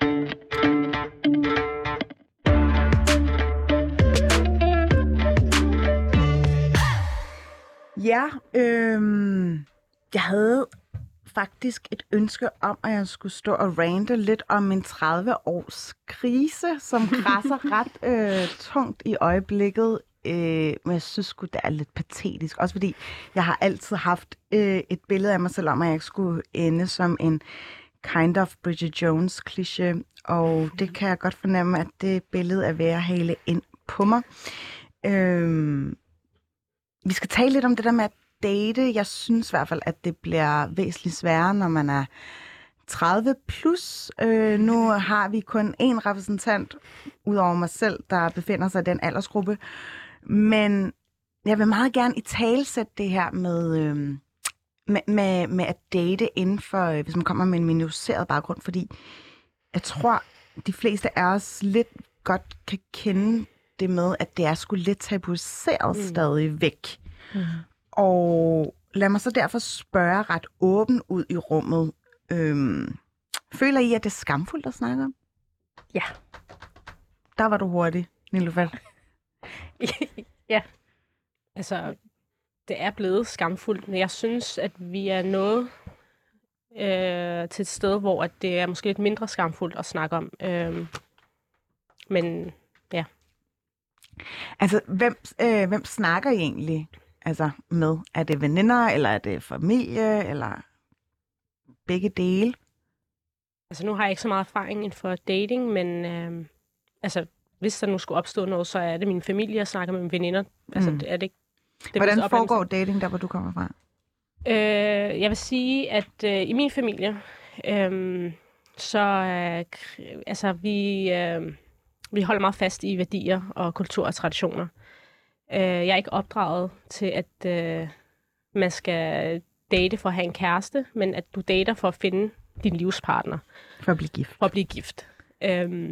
[SPEAKER 1] Ja, øh, jeg havde faktisk et ønske om, at jeg skulle stå og rante lidt om min tredive-års krise, som krasser ret øh, tungt i øjeblikket. Øh, men jeg synes sgu, det er lidt patetisk. Også fordi jeg har altid haft øh, et billede af mig selv om, at jeg ikke skulle ende som en kind of Bridget Jones kliché. Og det kan jeg godt fornemme, at det billede er ved at hale ind på mig. Øh, Vi skal tale lidt om det der med at date. Jeg synes i hvert fald, at det bliver væsentligt sværere, når man er tredive plus. Øh, nu har vi kun én repræsentant, udover mig selv, der befinder sig i den aldersgruppe. Men jeg vil meget gerne italesætte det her med, øh, med, med, med at date inden for, øh, hvis man kommer med en minoriseret baggrund. Fordi jeg tror, de fleste af os lidt godt kan kende det med, at det er sgu lidt tabuiseret mm. stadig væk. Mm. Og lad mig så derfor spørge ret åben ud i rummet. Øhm, føler I, at det er skamfuldt at snakke om?
[SPEAKER 4] Ja.
[SPEAKER 1] Der var du hurtig, Niloufar.
[SPEAKER 4] Ja.
[SPEAKER 3] Altså, det er blevet skamfuldt, men jeg synes, at vi er nået øh, til et sted, hvor at det er måske lidt mindre skamfuldt at snakke om. Øh, men ja.
[SPEAKER 1] Altså, hvem, øh, hvem snakker I egentlig altså, med? Er det veninder, eller er det familie, eller begge dele?
[SPEAKER 3] Altså, nu har jeg ikke så meget erfaring inden for dating, men øh, altså, hvis der nu skulle opstå noget, så er det min familie, jeg snakker med mine veninder. Altså,
[SPEAKER 1] Mm.
[SPEAKER 3] det er det ikke. Det
[SPEAKER 1] Hvordan foregår dating der, hvor du kommer fra?
[SPEAKER 3] Øh, jeg vil sige, at øh, i min familie, øh, så øh, altså, vi, øh, vi holder meget fast i værdier og kultur og traditioner. Øh, jeg er ikke opdraget til, at øh, man skal date for at have en kæreste, men at du dater for at finde din livspartner.
[SPEAKER 1] For at blive gift.
[SPEAKER 3] For at blive gift. Øh,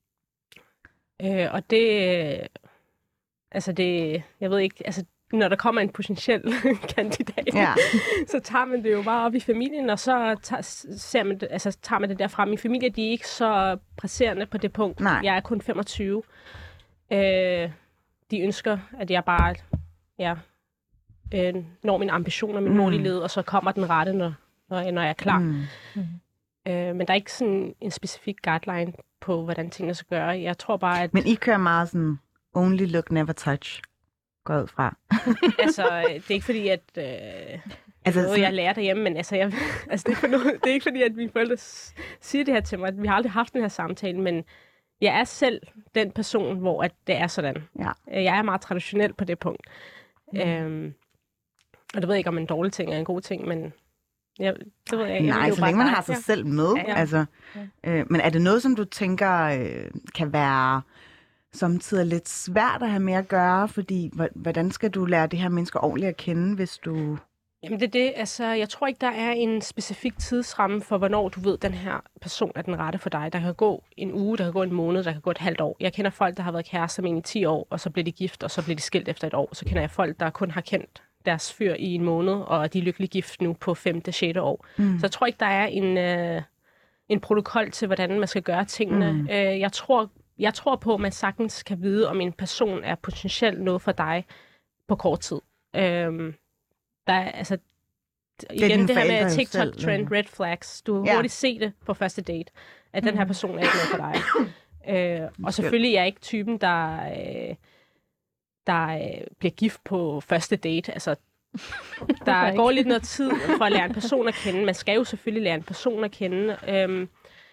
[SPEAKER 3] øh, og det, øh, altså det, jeg ved ikke, altså når der kommer en potentiel kandidat,
[SPEAKER 1] Ja.
[SPEAKER 3] så tager man det jo bare op i familien, og så tager, ser man det, altså, tager man det derfra. Min familie, de er ikke så presserende på det punkt.
[SPEAKER 1] Nej.
[SPEAKER 3] Jeg er kun femogtyve. Øh, de ønsker, at jeg bare ja, øh, når mine ambitioner, min
[SPEAKER 1] Mm.
[SPEAKER 3] mål i livet, og så kommer den rette, når, når, når jeg er klar.
[SPEAKER 1] Mm.
[SPEAKER 3] Øh, men der er ikke sådan en specifik guideline på, hvordan tingene skal gøre. Jeg tror bare, at
[SPEAKER 1] Men I kører meget sådan, only look, never touch. Går ud fra.
[SPEAKER 3] altså, det er ikke fordi, at øh,
[SPEAKER 1] Altså,
[SPEAKER 3] noget, jeg lærer derhjemme, men altså, jeg, altså det, er for noget, det er ikke fordi, at mine forældre s- siger det her til mig. Vi har aldrig haft den her samtale, men jeg er selv den person, hvor at det er sådan.
[SPEAKER 1] Ja.
[SPEAKER 3] Øh, Jeg er meget traditionel på det punkt. Mm. Øhm, og det ved jeg ikke, om en dårlig ting er en god ting, men jeg, det ved jeg ikke. Jeg
[SPEAKER 1] Nej,
[SPEAKER 3] vil jo
[SPEAKER 1] så
[SPEAKER 3] bare
[SPEAKER 1] længe man
[SPEAKER 3] starte
[SPEAKER 1] har sig
[SPEAKER 3] her.
[SPEAKER 1] selv med.
[SPEAKER 3] Ja.
[SPEAKER 1] Altså, øh, men er det noget, som du tænker øh, kan være samtidig lidt svært at have med at gøre? Fordi hv- hvordan skal du lære det her mennesker ordentligt at kende, hvis du...
[SPEAKER 3] Jamen det er det, altså jeg tror ikke, der er en specifik tidsramme for, hvornår du ved, at den her person er den rette for dig. Der kan gå en uge, der kan gå en måned, der kan gå et halvt år. Jeg kender folk, der har været kærester med en i ti år, og så bliver de gift, og så bliver de skilt efter et år. Så kender jeg folk, der kun har kendt deres fyr i en måned, og de er lykkelig gift nu på femte, sjette år.
[SPEAKER 1] Mm.
[SPEAKER 3] Så jeg tror ikke, der er en, øh, en protokol til, hvordan man skal gøre tingene.
[SPEAKER 1] Mm.
[SPEAKER 3] Mm. Øh, jeg, tror, jeg tror på, at man sagtens kan vide, om en person er potentielt noget for dig på kort tid. Øh, Der er, altså, igen,
[SPEAKER 1] dine
[SPEAKER 3] det her
[SPEAKER 1] forældre
[SPEAKER 3] med
[SPEAKER 1] jo
[SPEAKER 3] TikTok-trend,
[SPEAKER 1] selv,
[SPEAKER 3] red flags. Du kan
[SPEAKER 1] Ja.
[SPEAKER 3] hurtigt se det på første date, at den her person er ikke noget for dig. øh, og
[SPEAKER 1] Skønt.
[SPEAKER 3] selvfølgelig er jeg ikke typen, der, øh, der øh, bliver gift på første date. Altså, der
[SPEAKER 4] ikke?
[SPEAKER 3] går lidt noget tid for at lære en person at kende. Man skal jo selvfølgelig lære en person at kende. Øhm,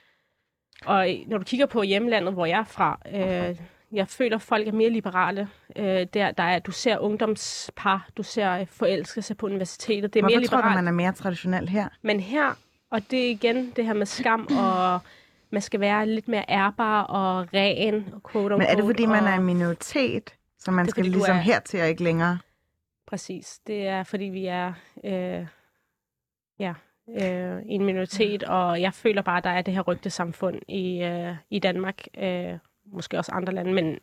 [SPEAKER 3] og når du kigger på hjemlandet, hvor jeg er fra, øh, jeg føler, at folk er mere liberale. Øh, der, der er, du ser ungdomspar, du ser forelskelse på universitetet. Det er
[SPEAKER 1] Hvorfor
[SPEAKER 3] mere
[SPEAKER 1] tror du,
[SPEAKER 3] liberalt.
[SPEAKER 1] man er mere traditionel her?
[SPEAKER 3] Men her, og det er igen det her med skam, og man skal være lidt mere ærbar og ren. Og quote
[SPEAKER 1] Men er det, fordi man
[SPEAKER 3] og,
[SPEAKER 1] er en minoritet, så man
[SPEAKER 3] Det er,
[SPEAKER 1] skal
[SPEAKER 3] fordi du
[SPEAKER 1] ligesom
[SPEAKER 3] er-
[SPEAKER 1] hertil og ikke længere?
[SPEAKER 3] Præcis. Det er, fordi vi er øh, ja, øh, en minoritet, og jeg føler bare, at der er det her rygtesamfund i, øh, i Danmark. Øh, måske også andre lande, men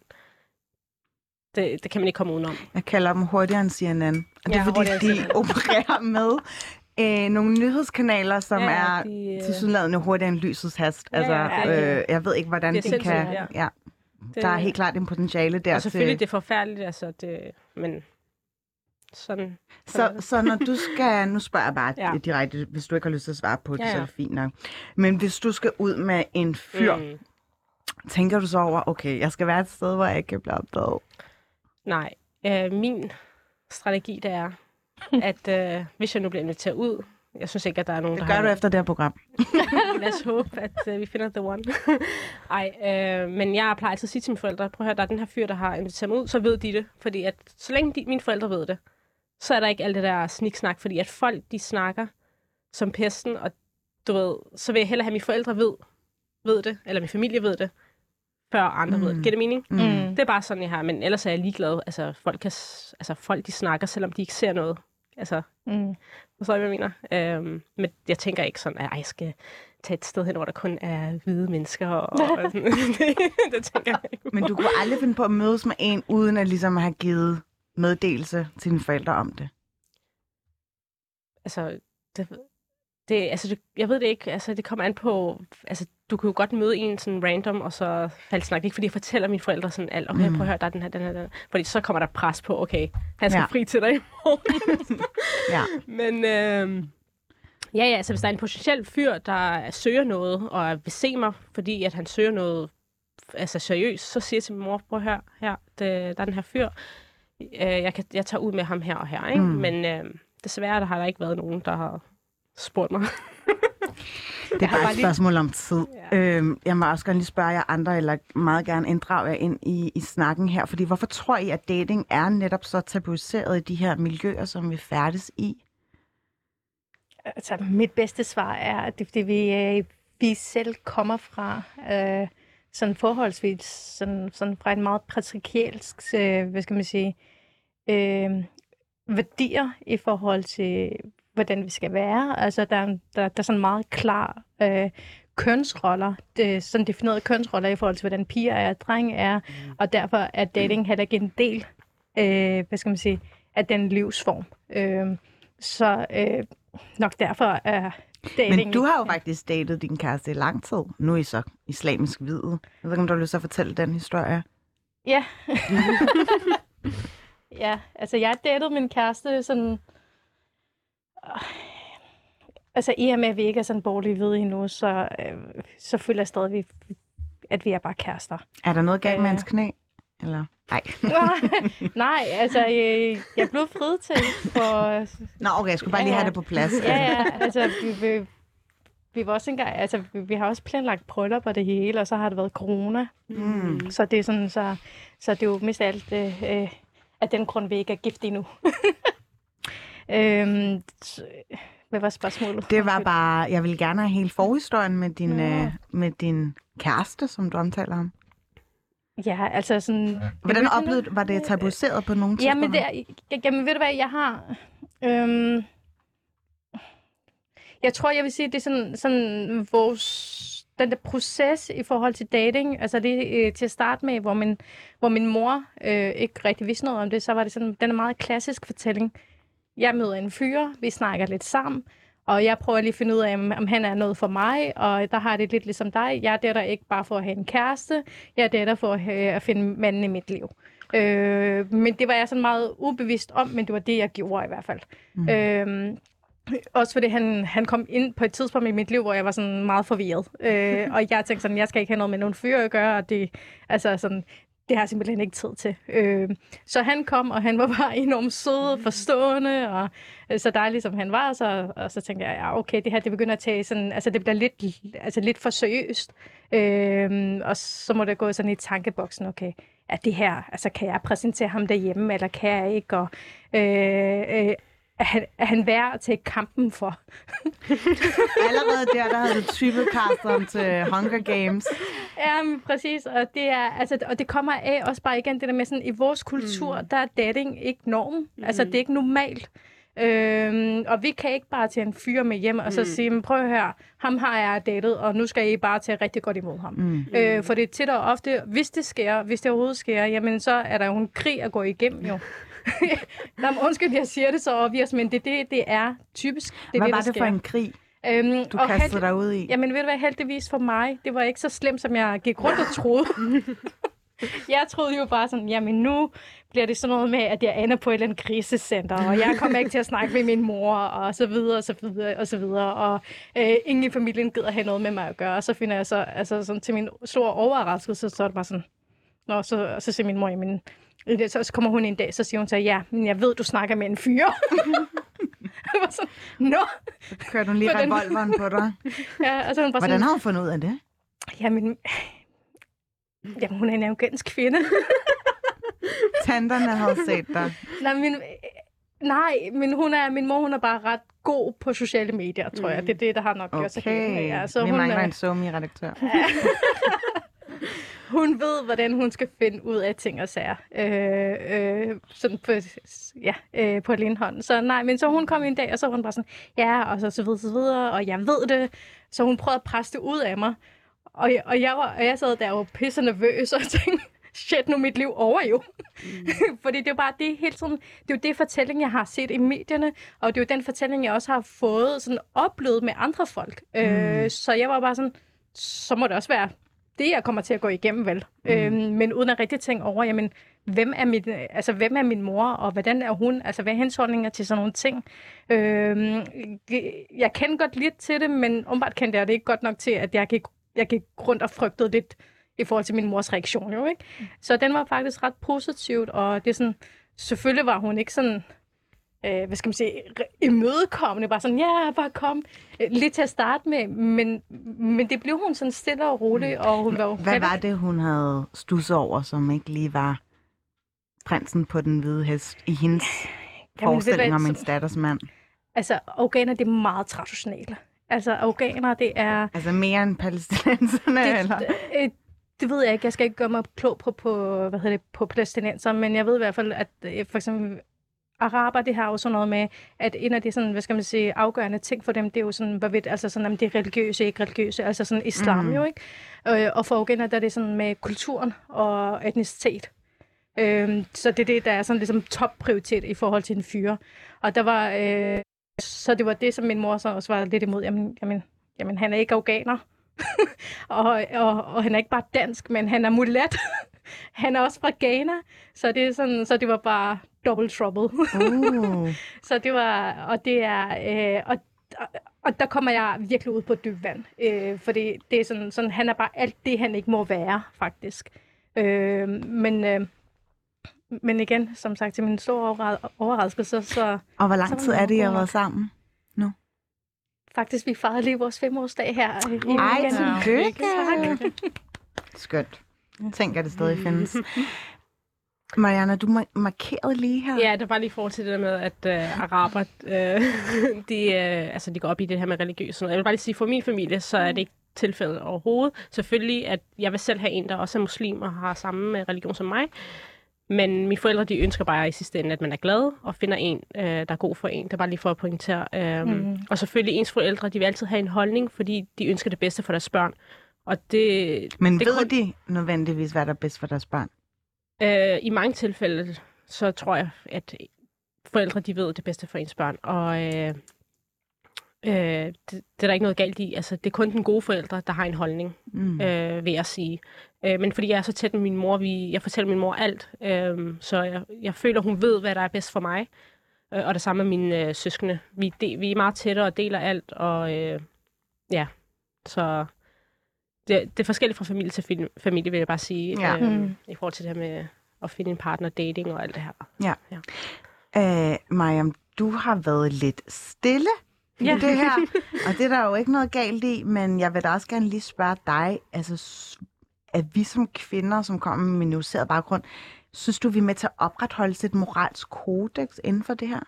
[SPEAKER 3] det, det kan man ikke komme udenom.
[SPEAKER 1] Jeg kalder dem hurtigere end C N N. Og det
[SPEAKER 3] Ja,
[SPEAKER 1] er, fordi
[SPEAKER 3] hurtigere end
[SPEAKER 1] de
[SPEAKER 3] C N N.
[SPEAKER 1] opererer med øh, nogle nyhedskanaler, som
[SPEAKER 3] Ja,
[SPEAKER 1] er
[SPEAKER 3] de, øh,
[SPEAKER 1] tilsyneladende hurtigere end lysets hast.
[SPEAKER 3] Ja,
[SPEAKER 1] Altså,
[SPEAKER 3] ja, det er-
[SPEAKER 1] øh, jeg ved ikke, hvordan
[SPEAKER 3] det
[SPEAKER 1] det,
[SPEAKER 3] er
[SPEAKER 1] det kan...
[SPEAKER 3] sindssygt,
[SPEAKER 1] Ja.
[SPEAKER 3] det-
[SPEAKER 1] Der er helt klart en potentiale der
[SPEAKER 3] Og selvfølgelig,
[SPEAKER 1] til...
[SPEAKER 3] det er forfærdeligt, altså det, men sådan...
[SPEAKER 1] Så, så når du skal... Nu spørger jeg bare
[SPEAKER 3] Ja.
[SPEAKER 1] ja. direkte, hvis du ikke har lyst til at svare på det,
[SPEAKER 3] Ja,
[SPEAKER 1] så er
[SPEAKER 3] ja.
[SPEAKER 1] det fint nok. Men hvis du skal ud med en fyr, mm.
[SPEAKER 3] Mm,
[SPEAKER 1] tænker du så over, okay, jeg skal være et sted, hvor jeg ikke kan blive opdaget?
[SPEAKER 3] nej. Øh, min strategi, det er, at øh, hvis jeg nu bliver inviteret ud, jeg synes ikke, at der er nogen,
[SPEAKER 1] Det
[SPEAKER 3] der
[SPEAKER 1] gør
[SPEAKER 3] har...
[SPEAKER 1] du efter det her program.
[SPEAKER 3] Lad os håbe, at uh, vi finder the one. Ej, øh, men jeg plejer altid at sige til mine forældre, prøv at høre, der er den her fyr, der har inviteret mig ud, så ved de det. Fordi at så længe de, mine forældre ved det, så er der ikke alt det der sniksnak, fordi at folk, de snakker som pesten, og du ved, så vil jeg hellere have, at mine forældre ved, ved det, eller min familie ved det, før andre mm. ved det. Giver det mening?
[SPEAKER 1] Mm.
[SPEAKER 3] Det er bare sådan, jeg har, men ellers er jeg ligeglad. Altså, folk, kan, s- altså, folk de snakker, selvom de ikke ser noget. Altså,
[SPEAKER 4] Mm.
[SPEAKER 3] forstår I, hvad jeg mener? Øhm, men jeg tænker ikke sådan, at jeg skal tage et sted hen, hvor der kun er hvide mennesker. Og, og sådan. det, det tænker jeg ikke.
[SPEAKER 1] Men du kunne aldrig finde på at mødes med en, uden at ligesom have givet meddelelse til dine forældre om det?
[SPEAKER 3] altså, det, det, altså det, jeg ved det ikke, altså det kommer an på, altså du kan jo godt møde en sådan random, og så falde snak. Ikke fordi jeg fortæller mine forældre sådan alt, okay, mm. prøv at høre, der er den her, den her, den her. Fordi så kommer der pres på, okay, han skal ja. fri til dig i morgen. ja. Men øh, ja, ja, så hvis der er en potentiel fyr, der søger noget, og vil se mig, fordi at han søger noget altså seriøst, så siger jeg til min mor, prøv at høre, her, det, der er den her fyr, øh, jeg, kan, jeg tager ud med ham her og her, ikke? Mm. Men øh, desværre der har der ikke været nogen, der har spurgt mig.
[SPEAKER 1] Det er bare et spørgsmål om tid. Ja. Øhm, jeg må også gerne lige spørge jer andre, eller meget gerne inddrage jer ind i, i snakken her, fordi hvorfor tror I, at dating er netop så tabuiseret i de her miljøer, som vi færdes i?
[SPEAKER 4] Altså, mit bedste svar er, at det er, fordi vi, øh, vi selv kommer fra øh, sådan forholdsvis sådan, sådan fra en meget patriarkalsk, øh, hvad skal man sige, øh, værdier i forhold til hvordan vi skal være. Altså, der, der, der er sådan meget klar øh, kønsroller, det, sådan definerede kønsroller i forhold til, hvordan piger er og drenge er, mm. og derfor er dating heller ikke en del øh, hvad skal man sige, af den livsform. Øh, så øh, nok derfor er dating...
[SPEAKER 1] Men du har jo faktisk datet din kæreste i lang tid. Nu er I så islamisk hvide. Jeg ved ikke, om du har lyst til at fortælle den historie?
[SPEAKER 4] Ja. ja, altså jeg datede min kæreste sådan... Altså i og med, at vi ikke er sådan borgerlige hvide endnu, så, øh, så føler jeg stadig, at vi er bare kærester.
[SPEAKER 1] Er der noget galt med hans knæ? Eller? Nej.
[SPEAKER 4] Nej, altså jeg, jeg blev friet til for...
[SPEAKER 1] Nå okay, jeg skulle bare lige ja, have det på plads.
[SPEAKER 4] Ja, ja, altså vi, vi, vi var også engang, altså vi, vi har også planlagt bryllup og det hele, og så har det været corona. Mm. Så det er sådan, så, så det er jo mest alt øh, af den grund, vi ikke er gift endnu. Øhm, hvad var spørgsmålet?
[SPEAKER 1] Det var bare, jeg vil gerne have hele forhistorien med din, ja. øh, med din kæreste, som du omtaler ham.
[SPEAKER 4] Ja, altså sådan...
[SPEAKER 1] Hvordan oplevede du, var det tabuiseret på nogen tidspunkt?
[SPEAKER 4] Jamen, det er, jamen, ved du hvad, jeg har... Øhm, jeg tror, jeg vil sige, at det er sådan, sådan vores... Den der proces i forhold til dating, altså det øh, til at starte med, hvor min, hvor min mor øh, ikke rigtig vidste noget om det, så var det sådan, den er meget klassisk fortælling. Jeg møder en fyr, vi snakker lidt sammen, og jeg prøver lige at finde ud af, om, om han er noget for mig, og der har det lidt ligesom dig. Jeg er der ikke bare for at have en kæreste, jeg er der for at, have, at finde manden i mit liv. Øh, men det var jeg sådan meget ubevidst om, men det var det, jeg gjorde i hvert fald. Mm. Øh, også fordi han, han kom ind på et tidspunkt i mit liv, hvor jeg var sådan meget forvirret. Øh, og jeg tænkte sådan, jeg skal ikke have noget med nogen fyre at gøre, og det, altså sådan... Det har jeg simpelthen ikke tid til. Øh, så han kom, og han var bare enormt sød og forstående, og øh, så dejlig som han var, så, og så tænkte jeg, ja, okay, det her, det begynder at tage sådan, altså det bliver lidt, altså lidt for seriøst. Øh, og så må det gå sådan i tankeboksen, okay, er det her, altså kan jeg præsentere ham derhjemme, eller kan jeg ikke, og øh, øh, er han, er han værd at tage kampen for?
[SPEAKER 1] Allerede der, der havde du typecasteren til Hunger Games.
[SPEAKER 4] Ja, men præcis. Og det, er, altså, og det kommer af også bare igen det der med sådan, i vores kultur, mm. der er dating ikke norm. Mm. Altså, det er ikke normalt. Øhm, og vi kan ikke bare tage en fyr med hjem og så mm. sige, prøv at høre, ham har jeg datet, og nu skal I bare tage rigtig godt imod ham. Mm. Øh, for det er tit og ofte, hvis det sker, hvis det overhovedet sker, jamen så er der jo en krig at gå igennem jo. Nå, undskyld, jeg siger det så obvious, men det, det, det er typisk. Det,
[SPEAKER 1] Hvad
[SPEAKER 4] det,
[SPEAKER 1] var det
[SPEAKER 4] sker.
[SPEAKER 1] for en krig,
[SPEAKER 4] øhm,
[SPEAKER 1] du kastede held... dig ud i?
[SPEAKER 4] Jamen ved du hvad, heldigvis for mig, det var ikke så slemt, som jeg gik rundt og troede. Jeg troede jo bare sådan, jamen nu bliver det sådan noget med, at jeg ender på et eller andet krisecenter, og jeg kommer ikke til at snakke med min mor, og så videre, og så videre, og så videre, og øh, ingen i familien gider have noget med mig at gøre, og så finder jeg så, altså sådan til min store overraskelse, så er det bare sådan, nå, så, så siger min mor, jamen, så kommer hun en dag, så siger hun så, ja, men jeg ved, du snakker med en fyr. Jeg var sådan, nå.
[SPEAKER 1] Så kørte hun lige Hvordan... revolveren på dig.
[SPEAKER 4] Ja, altså hun var
[SPEAKER 1] Hvordan
[SPEAKER 4] sådan,
[SPEAKER 1] har hun fundet ud af det?
[SPEAKER 4] Jamen, jamen hun er en afghansk kvinde.
[SPEAKER 1] Tanterne har set dig.
[SPEAKER 4] Nej, men, nej, men hun er, min mor hun er bare ret god på sociale medier, tror jeg. Det er det, der har nok
[SPEAKER 1] okay.
[SPEAKER 4] gjort sig gældende. Ja, så
[SPEAKER 1] vi
[SPEAKER 4] hun
[SPEAKER 1] mangler
[SPEAKER 4] er...
[SPEAKER 1] en somi-redaktør.
[SPEAKER 4] Hun ved, hvordan hun skal finde ud af ting og sager. Øh, øh, sådan på, ja, øh, på Lindholm. Så nej, men så hun kom en dag, og så var hun bare sådan, ja, og så, så videre, så videre, og jeg ved det. Så hun prøvede at presse det ud af mig. Og jeg, og jeg, var, og jeg sad der og var pisse nervøs og tænkte, shit, nu er mit liv over jo. Mm. Fordi det er jo bare det hele tiden, det er jo det fortælling, jeg har set i medierne, og det er jo den fortælling, jeg også har fået sådan oplevet med andre folk. Mm. Øh, så jeg var bare sådan, så må det også være det, jeg kommer til at gå igennem, vel? Mm. Øh, men uden at rigtig tænke over, jamen, hvem er, mit, altså, hvem er min mor, og hvordan er hun? Altså, hvad er hendes holdninger til sådan nogle ting? Øh, jeg kender godt lidt til det, men umiddelbart kendte jeg det ikke godt nok til, at jeg gik, jeg gik rundt og frygtede lidt i forhold til min mors reaktion, jo, ikke? Så den var faktisk ret positivt, og det er sådan, selvfølgelig var hun ikke sådan, øh, hvad skal man sige, imødekommende, bare sådan, ja, bare kom, lidt til at starte med, men, men det blev hun sådan stille og rolig, og hun var jo...
[SPEAKER 1] Hvad var det, hun havde stusset over, som ikke lige var prinsen på den hvide hest i hendes Jamen, forestilling om hendes datters mand?
[SPEAKER 4] Altså, afghaner, det er meget traditionelle. Altså, afghaner, det er...
[SPEAKER 1] Altså mere end palæstinenserne,
[SPEAKER 4] det,
[SPEAKER 1] eller?
[SPEAKER 4] Det, det ved jeg ikke. Jeg skal ikke gøre mig klog på, på, hvad hedder det, på palæstinenser, men jeg ved i hvert fald, at for eksempel araber, det har jo sådan noget med, at en af de sådan, hvad skal man sige, afgørende ting for dem, det er jo sådan, hvorvidt, altså sådan, om det er religiøse, ikke religiøse, altså sådan islam mm. jo, ikke? Øh, og for afghaner, der er det sådan med kulturen og etnicitet. Øh, så det er det, der er sådan ligesom topprioritet i forhold til en fyre. Og der var, øh, så det var det, som min mor så også var lidt imod. Jamen, jamen, jamen han er ikke afghaner. og, og, og han er ikke bare dansk, men han er mulat. Han er også fra Ghana, så det er sådan, så det var bare double trouble. uh. Så det var, og det er, øh, og, og, og der kommer jeg virkelig ud på dyb vand, øh, fordi det er sådan, sådan, han er bare alt det, han ikke må være, faktisk. Øh, men, øh, men igen, som sagt, til min store overraskelse, så...
[SPEAKER 1] Og hvor lang tid er det, I har været sammen nu?
[SPEAKER 4] Faktisk, vi fejrede lige vores femårsdag her.
[SPEAKER 1] Ej, tillykke! Skønt. Tænk, at det stadig findes. Mariana, du markerede lige her.
[SPEAKER 3] Ja, det var lige i forhold til det der med, at uh, araber, uh, de, uh, altså, de går op i det her med religiøs. Jeg vil bare lige sige, for min familie, så er det ikke tilfældet overhovedet. Selvfølgelig, at jeg vil selv have en, der også er muslim og har samme religion som mig. Men mine forældre, de ønsker bare i sidste ende, at man er glad og finder en, øh, der er god for en. Det er bare lige for at pointere. Øh, mm. Og selvfølgelig ens forældre, de vil altid have en holdning, fordi de ønsker det bedste for deres børn. Og det,
[SPEAKER 1] Men
[SPEAKER 3] det
[SPEAKER 1] ved
[SPEAKER 3] kun...
[SPEAKER 1] de nødvendigvis, hvad der er bedst for deres børn?
[SPEAKER 3] Øh, I mange tilfælde, så tror jeg, at forældre, de ved det bedste for ens børn. Og øh, øh, det, det er der ikke noget galt i. Altså, det er kun den gode forældre, der har en holdning, mm. øh, vil jeg sige. Øh, men fordi jeg er så tæt med min mor, vi, jeg fortæller min mor alt. Øh, så jeg, jeg føler, hun ved, hvad der er bedst for mig. Øh, og det samme med mine øh, søskende. Vi, de, vi er meget tættere og deler alt. Og øh, ja, så... Det, det er forskelligt fra familie til familie, vil jeg bare sige, ja. øh, mm. i forhold til det her med at finde en partner, dating og alt det her.
[SPEAKER 1] Ja. ja. Øh, Mariam, du har været lidt stille ja. i det her, og det er der jo ikke noget galt i, men jeg vil da også gerne lige spørge dig, altså, at vi som kvinder, som kommer med minoriseret baggrund, synes du, vi er med til at opretholde et moralsk kodex inden for det her?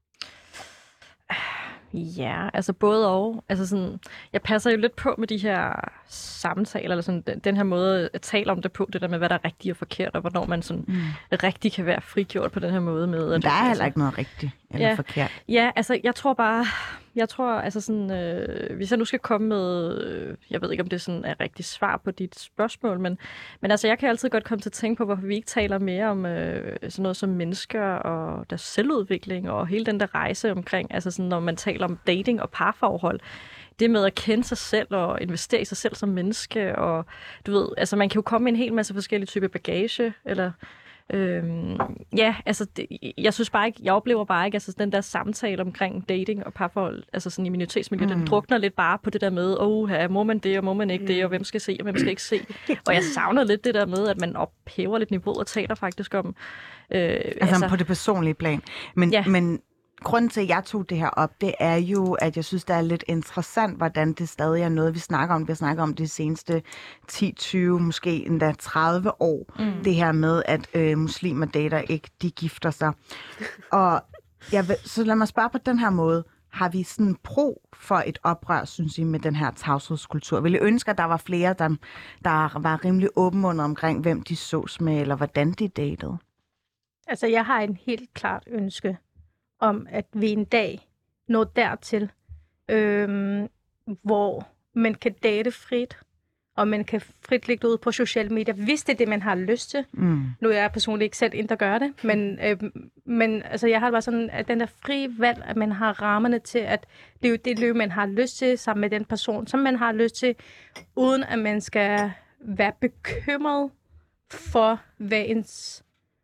[SPEAKER 2] Ja, altså både og. Altså sådan, jeg passer jo lidt på med de her samtaler, eller sådan, den, den her måde at tale om det på, det der med, hvad der er rigtigt og forkert, og hvornår man sådan mm. rigtig kan være frigjort på den her måde med. At,
[SPEAKER 1] der er
[SPEAKER 2] altså,
[SPEAKER 1] heller ikke noget rigtigt eller
[SPEAKER 2] ja,
[SPEAKER 1] forkert.
[SPEAKER 2] Ja, altså jeg tror bare, jeg tror altså sådan, øh, hvis jeg nu skal komme med, øh, jeg ved ikke om det sådan er rigtig svar på dit spørgsmål, men, men altså jeg kan altid godt komme til at tænke på, hvorfor vi ikke taler mere om øh, sådan noget som mennesker og deres selvudvikling og hele den der rejse omkring, altså sådan når man taler om dating og parforhold. Det med at kende sig selv og investere i sig selv som menneske, og du ved, altså man kan jo komme med en hel masse forskellige typer bagage, eller øhm, ja, altså det, jeg synes bare ikke, jeg oplever bare ikke, altså den der samtale omkring dating og parforhold, altså sådan i minoritetsmiljø, mm. den drukner lidt bare på det der med, åh, oh, må man det, og må man ikke det, og hvem skal se, og hvem skal ikke se. Og jeg savner lidt det der med, at man ophæver lidt niveauet og taler faktisk om... Øh,
[SPEAKER 1] altså, altså på det personlige plan. Men, ja. men grunden til, at jeg tog det her op, det er jo, at jeg synes, det er lidt interessant, hvordan det stadig er noget, vi snakker om. Vi har snakket om de seneste ti, tyve, måske endda tredive år. Mm. Det her med, at øh, muslimer dater ikke, de gifter sig. Og jeg vil, så lad mig spørge på den her måde. Har vi sådan brug for et oprør, synes I, med den her tavshedskultur? Vil I ønske, at der var flere, der, der var rimelig åbenmundet omkring, hvem de sås med, eller hvordan de datede?
[SPEAKER 4] Altså, jeg har en helt klart ønske om, at vi en dag når dertil, øhm, hvor man kan date frit, og man kan frit lægge det ud på sociale medier, hvis det er det, man har lyst til. Mm. Nu er jeg personligt ikke selv en, der gør det, men, øh, men altså, jeg har bare sådan, at den der fri valg, at man har rammerne til, at det er jo det løb, man har lyst til, sammen med den person, som man har lyst til, uden at man skal være bekymret for, hvad ens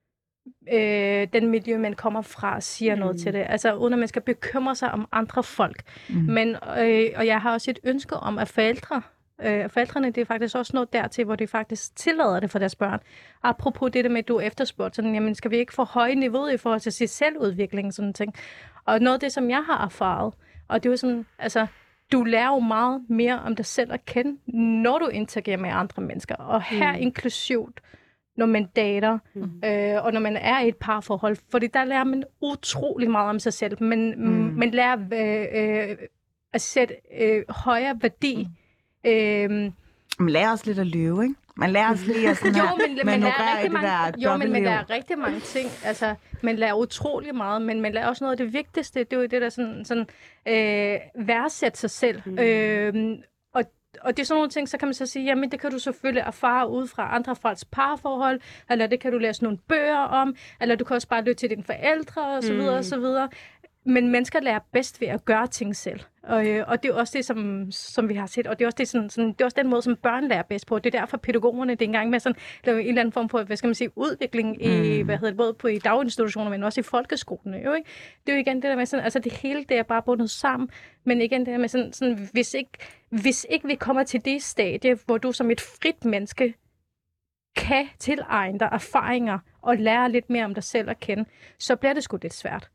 [SPEAKER 4] øh, den miljø, man kommer fra, siger mm. noget til det. Altså uden at man skal bekymre sig om andre folk. Mm. Men, øh, og jeg har også et ønske om, at forældre, øh, forældrene, det er faktisk også noget dertil, hvor de faktisk tillader det for deres børn. Apropos det der med, at du efterspurgte, sådan, jamen skal vi ikke få høje niveauet i forhold til sig selvudvikling, sådan ting. Og noget af det, som jeg har erfaret, og det er jo sådan, altså, du lærer jo meget mere om dig selv at kende, når du interagerer med andre mennesker. Og her mm. inklusivt, når man dater, mm. øh, og når man er i et parforhold. Fordi der lærer man utrolig meget om sig selv. Man, mm. man lærer øh, øh, at sætte øh, højere værdi. Mm. Øh,
[SPEAKER 1] man lærer også lidt at lyve, ikke? Man lærer også lige at sådan
[SPEAKER 4] jo,
[SPEAKER 1] her,
[SPEAKER 4] men, man lærer rigtig mange,
[SPEAKER 1] der
[SPEAKER 4] jo, men man lærer rigtig mange ting. Altså, man lærer utrolig meget, men man lærer også noget af det vigtigste. Det er jo det der sådan, sådan øh, værdsætte sig selv. Mm. Øh, og, og det er sådan nogle ting, så kan man så sige, jamen det kan du selvfølgelig erfare ud fra andre folks parforhold, eller det kan du læse nogle bøger om, eller du kan også bare lytte til dine forældre, og så videre, mm. og så videre. Men mennesker lærer bedst ved at gøre ting selv. Og, øh, og det er også det, som, som vi har set. Og det er, også det, sådan, sådan, det er også den måde, som børn lærer bedst på. Det er derfor pædagogerne, det er engang med sådan, en eller anden form for, hvad skal man sige, udvikling i, mm. hvad hedder det, både på i daginstitutioner, men også i folkeskolen. Jo, ikke? Det er jo igen det der med sådan, altså det hele, det er bare bundet sammen. Men igen det der med sådan, sådan hvis, ikke, hvis ikke vi kommer til det stadie, hvor du som et frit menneske kan tilegne dig erfaringer og lære lidt mere om dig selv at kende, så bliver det sgu lidt svært.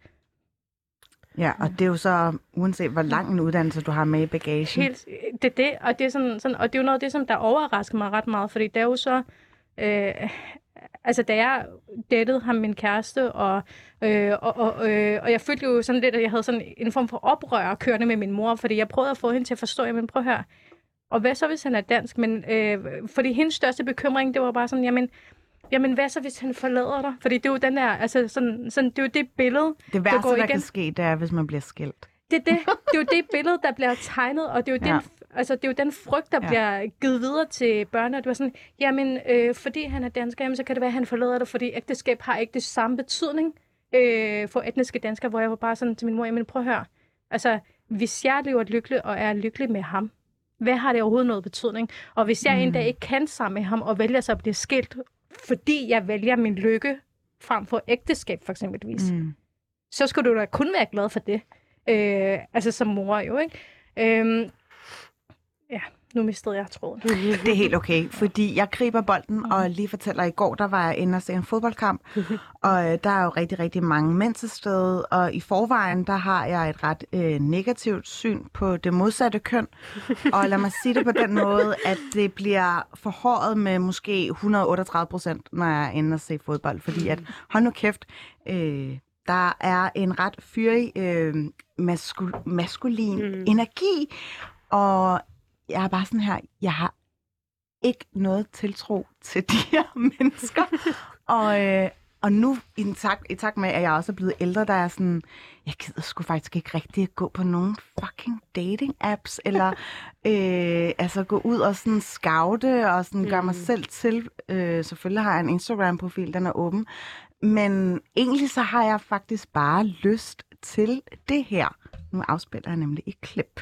[SPEAKER 1] Ja, og det er jo så, uanset hvor lang en uddannelse du har med i bagagen.
[SPEAKER 4] Helt, det er det, og det er, sådan, sådan, og det er jo noget af det, som der overrasker mig ret meget, fordi det er jo så, øh, altså da jeg dattede ham min kæreste, og, øh, og, og, øh, og jeg følte jo sådan lidt, at jeg havde sådan en form for oprør kørende med min mor, fordi jeg prøvede at få hende til at forstå, jamen prøv at høre, og hvad så hvis han er dansk, men øh, fordi hendes største bekymring, det var bare sådan, jamen, Jamen, hvad så, hvis han forlader dig? Fordi det er jo den der, altså sådan, sådan det er jo det billede,
[SPEAKER 1] det værste,
[SPEAKER 4] der går
[SPEAKER 1] der
[SPEAKER 4] igen.
[SPEAKER 1] kan ske, det er, hvis man bliver skilt.
[SPEAKER 4] Det er det. Det er jo det billede, der bliver tegnet, og det er jo den, ja. altså, det er jo den frygt, der ja. bliver givet videre til børn. Og det var sådan, jamen, øh, fordi han er dansker, jamen, så kan det være, at han forlader dig, fordi ægteskab har ikke det samme betydning øh, for etniske danskere, hvor jeg var bare sådan til min mor, jamen, prøv at høre. Altså, hvis jeg lever lykkelig og er lykkelig med ham, hvad har det overhovedet noget betydning? Og hvis jeg mm. en dag ikke kan sammen med ham, og vælger så at blive skilt, fordi jeg vælger min lykke frem for ægteskab, for eksempelvis, mm. så skulle du da kun være glad for det. Øh, altså som mor jo, ikke? Øh, ja, nu mistede jeg tråden.
[SPEAKER 1] Det er helt okay, fordi jeg griber bolden, og lige fortæller, i går, der var jeg inde og se en fodboldkamp, og øh, der er jo rigtig, rigtig mange mænd til stede, og i forvejen, der har jeg et ret øh, negativt syn på det modsatte køn, og lad mig sige det på den måde, at det bliver forhåret med måske et hundrede og otteogtredive procent, når jeg er inde og se fodbold, fordi at, hold nu kæft, øh, der er en ret fyrig øh, maskul- maskulin mm. energi, og jeg er bare sådan her, jeg har ikke noget tiltro til de her mennesker. og, øh, og nu, i takt, i takt med, at jeg også er blevet ældre, der er sådan, jeg gider sgu faktisk ikke rigtig at gå på nogen fucking dating-apps, eller øh, altså gå ud og sådan scoute, og sådan gøre mig selv til. Øh, selvfølgelig har jeg en Instagram-profil, den er åben. Men egentlig så har jeg faktisk bare lyst til det her. Nu afspiller jeg nemlig et klip.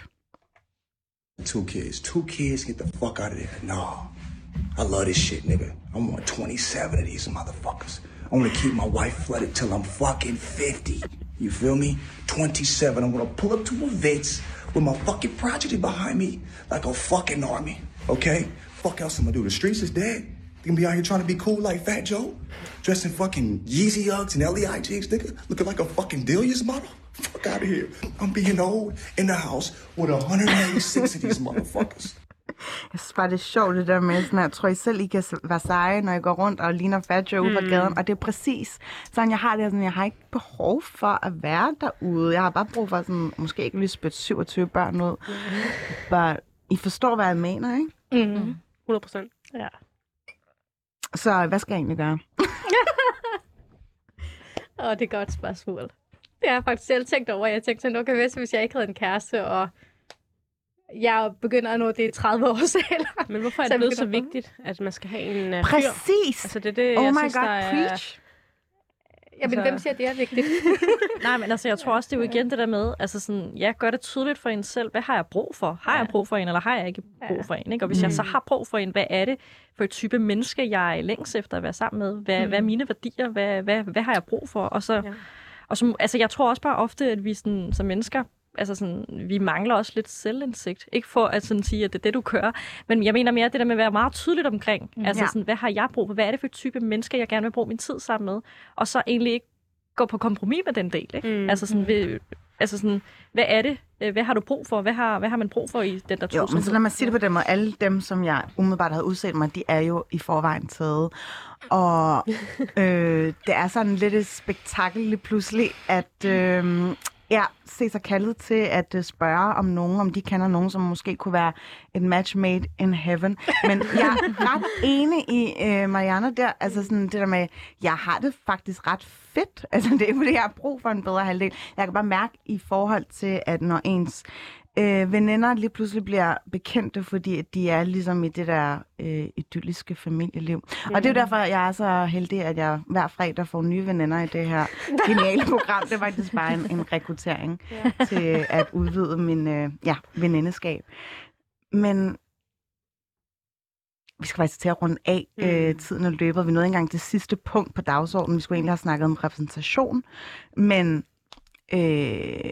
[SPEAKER 5] Two kids. Two kids, get the fuck out of there. No. I love this shit, nigga. I want twenty-seven of these motherfuckers. I want to keep my wife flooded till I'm fucking fifty. You feel me? twenty-seven. I'm gonna pull up to a Vitz with my fucking progeny behind me like a fucking army. Okay? Fuck else I'm gonna do. The streets is dead. You gonna be out here trying to be cool like Fat Joe? Dressed in fucking Yeezy Uggs and L E I Gs, nigga? Looking like a fucking Delia's model? Fuck out of here. I'm being old in the house with one hundred eighty-six of these motherfuckers.
[SPEAKER 1] Jeg synes bare, det er sjovt det der med, sådan, jeg tror I selv, I kan være seje, når jeg går rundt og ligner Fat Joe ude på gaden. Og det er præcis sådan, jeg har det sådan, jeg har ikke behov for at være derude. Jeg har bare brug for sådan, måske ikke lige spytte syvogtyve børn ud. But I forstår, hvad jeg mener, ikke?
[SPEAKER 3] Mm. hundrede procent.
[SPEAKER 4] Ja.
[SPEAKER 1] Så hvad skal jeg egentlig gøre?
[SPEAKER 4] Åh, det er et godt spørgsmål. Jeg har faktisk selv tænkt over, jeg tænkte sådan, okay, hvis jeg ikke havde en kæreste, og jeg begynder at nå det i tredive år selv.
[SPEAKER 3] Men hvorfor er det blevet så vigtigt, at man skal have en uh,
[SPEAKER 1] Præcis!
[SPEAKER 3] Altså, det er det,
[SPEAKER 1] oh
[SPEAKER 3] jeg
[SPEAKER 1] my
[SPEAKER 3] synes,
[SPEAKER 1] God,
[SPEAKER 3] der er...
[SPEAKER 1] preach!
[SPEAKER 4] Jamen,
[SPEAKER 3] Altså-
[SPEAKER 4] hvem siger, at det er vigtigt?
[SPEAKER 2] Nej, men altså, jeg tror også, det er jo igen det der med, altså sådan, jeg gør det tydeligt for en selv, hvad har jeg brug for? Har jeg brug for en, eller har jeg ikke brug for en? Ikke? Og hvis mm. jeg så har brug for en, hvad er det for et type menneske, jeg længes efter at være sammen med? Hvad, mm. hvad er mine værdier? Hvad, hvad, hvad har jeg brug for? Og så,
[SPEAKER 3] Ja.
[SPEAKER 2] og så, altså, jeg tror også bare ofte, at vi sådan, som mennesker, altså sådan, vi mangler også lidt selvindsigt. Ikke for at sådan sige, at det er det, du kører. Men jeg mener mere det der med at være meget tydeligt omkring. Mm. Altså
[SPEAKER 1] Ja.
[SPEAKER 2] sådan, hvad har jeg brug for? Hvad er det for et type menneske, jeg gerne vil bruge min tid sammen med? Og så egentlig ikke gå på kompromis med den del. Ikke?
[SPEAKER 3] Mm.
[SPEAKER 2] Altså, sådan, ved, altså sådan, hvad er det? Hvad har du brug for? Hvad har, hvad har man brug for i den der
[SPEAKER 1] Jo,
[SPEAKER 2] trusel?
[SPEAKER 1] men så lad mig sige det på den måde. Alle dem, som jeg umiddelbart havde udset mig, de er jo i forvejen taget. Og øh, det er sådan lidt et spektakel lige pludselig, at øh, ja, se sig kaldet til at uh, spørge om nogen, om de kender nogen, som måske kunne være et match made in heaven. Men jeg er ret enig i uh, Marianne der, altså sådan det der med, jeg har det faktisk ret fedt. Altså det er fordi, jeg har brug for en bedre halvdel. Jeg kan bare mærke i forhold til, at når ens øh, veninder lige pludselig bliver bekendte, fordi at de er ligesom i det der øh, idylliske familieliv. Mm. Og det er jo derfor, jeg er så heldig, at jeg hver fredag får nye veninder i det her geniale program. Det er faktisk bare en, en rekruttering ja. til at udvide min øh, ja, venindeskab. Men vi skal faktisk til at runde af. Mm. Øh, tiden er løbet. Vi nåede ikke engang det sidste punkt på dagsordenen. Vi skulle egentlig have snakket om repræsentation. Men øh,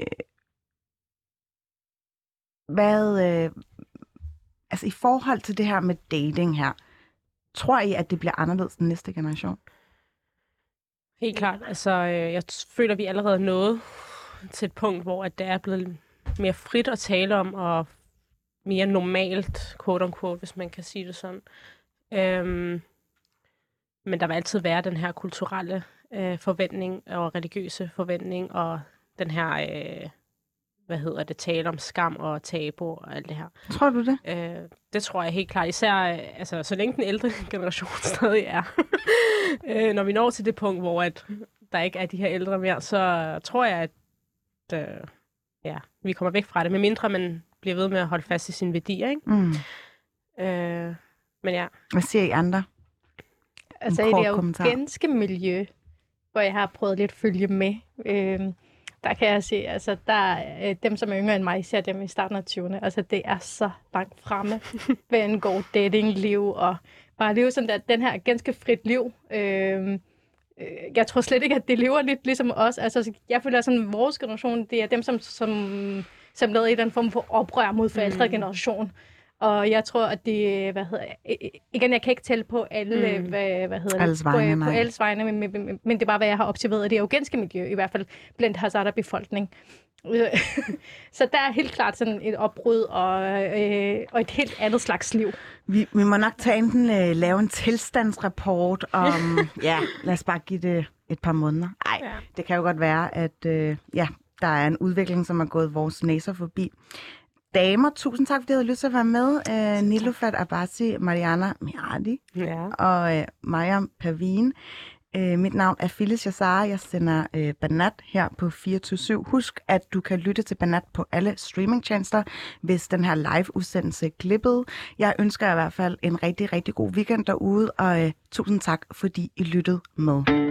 [SPEAKER 1] hvad, øh, altså i forhold til det her med dating her, tror I, at det bliver anderledes den næste generation?
[SPEAKER 3] Helt klart. Altså, øh, jeg t- føler, at vi allerede er nået til et punkt, hvor at det er blevet mere frit at tale om, og mere normalt, quote unquote, hvis man kan sige det sådan. Øhm, men der vil altid være den her kulturelle øh, forventning, og religiøse forventning, og den her, øh, hvad hedder det, tale om skam og tabu og alt det her.
[SPEAKER 1] Tror du det?
[SPEAKER 3] Øh, det tror jeg helt klart. Især, øh, altså, så længe den ældre generation stadig er. øh, når vi når til det punkt, hvor at der ikke er de her ældre mere, så tror jeg, at øh, ja, vi kommer væk fra det, medmindre man bliver ved med at holde fast i sine værdier, ikke?
[SPEAKER 1] Mm.
[SPEAKER 3] Øh, men ja.
[SPEAKER 1] Hvad siger I andre?
[SPEAKER 4] Altså
[SPEAKER 1] En
[SPEAKER 4] i
[SPEAKER 1] kort
[SPEAKER 4] det
[SPEAKER 1] kommentar.
[SPEAKER 4] afghanske miljø, hvor jeg har prøvet lidt at følge med, øh, der kan jeg se, altså der er øh, dem, som er yngre end mig, ser dem i starten af tyverne. Altså det er så langt fremme, hvad angår datingliv og bare leve sådan der, den her ganske frit liv. Øh, jeg tror slet ikke, at det lever lidt ligesom os. Altså jeg føler sådan, at vores generation, det er dem, som, som, som lavede en eller anden form for oprør mod forældre generation. Og jeg tror, at det, hvad hedder igen, jeg kan ikke tælle på alle, mm. hvad, hvad hedder
[SPEAKER 1] alles
[SPEAKER 4] det,
[SPEAKER 1] vegne,
[SPEAKER 4] på, på
[SPEAKER 1] nej.
[SPEAKER 4] alles vegne, men, men, men det er bare, hvad jeg har observeret af det afghanske miljø, i hvert fald blandt Hazara-befolkning. Så der er helt klart sådan et opbrud og, øh, og et helt andet slags liv.
[SPEAKER 1] Vi, vi må nok tage enten øh, lave en tilstandsrapport om, ja, lad os bare give det et par måneder. Nej,
[SPEAKER 3] Ja.
[SPEAKER 1] det kan jo godt være, at øh, ja, der er en udvikling, som er gået vores næser forbi. Damer, tusind tak, fordi I havde lyst til at være med. Øh, Nilufat Abbasi, Mariana Miradi
[SPEAKER 3] Ja.
[SPEAKER 1] og øh, Mariam Pervin. Øh, mit navn er Phyllis Yassar. Jeg sender øh, Banat her på fireogtyve syv. Husk, at du kan lytte til Banat på alle streamingtjenester, hvis den her live-udsendelse glippede. Jeg ønsker i hvert fald en rigtig, rigtig god weekend derude, og øh, tusind tak, fordi I lyttede med.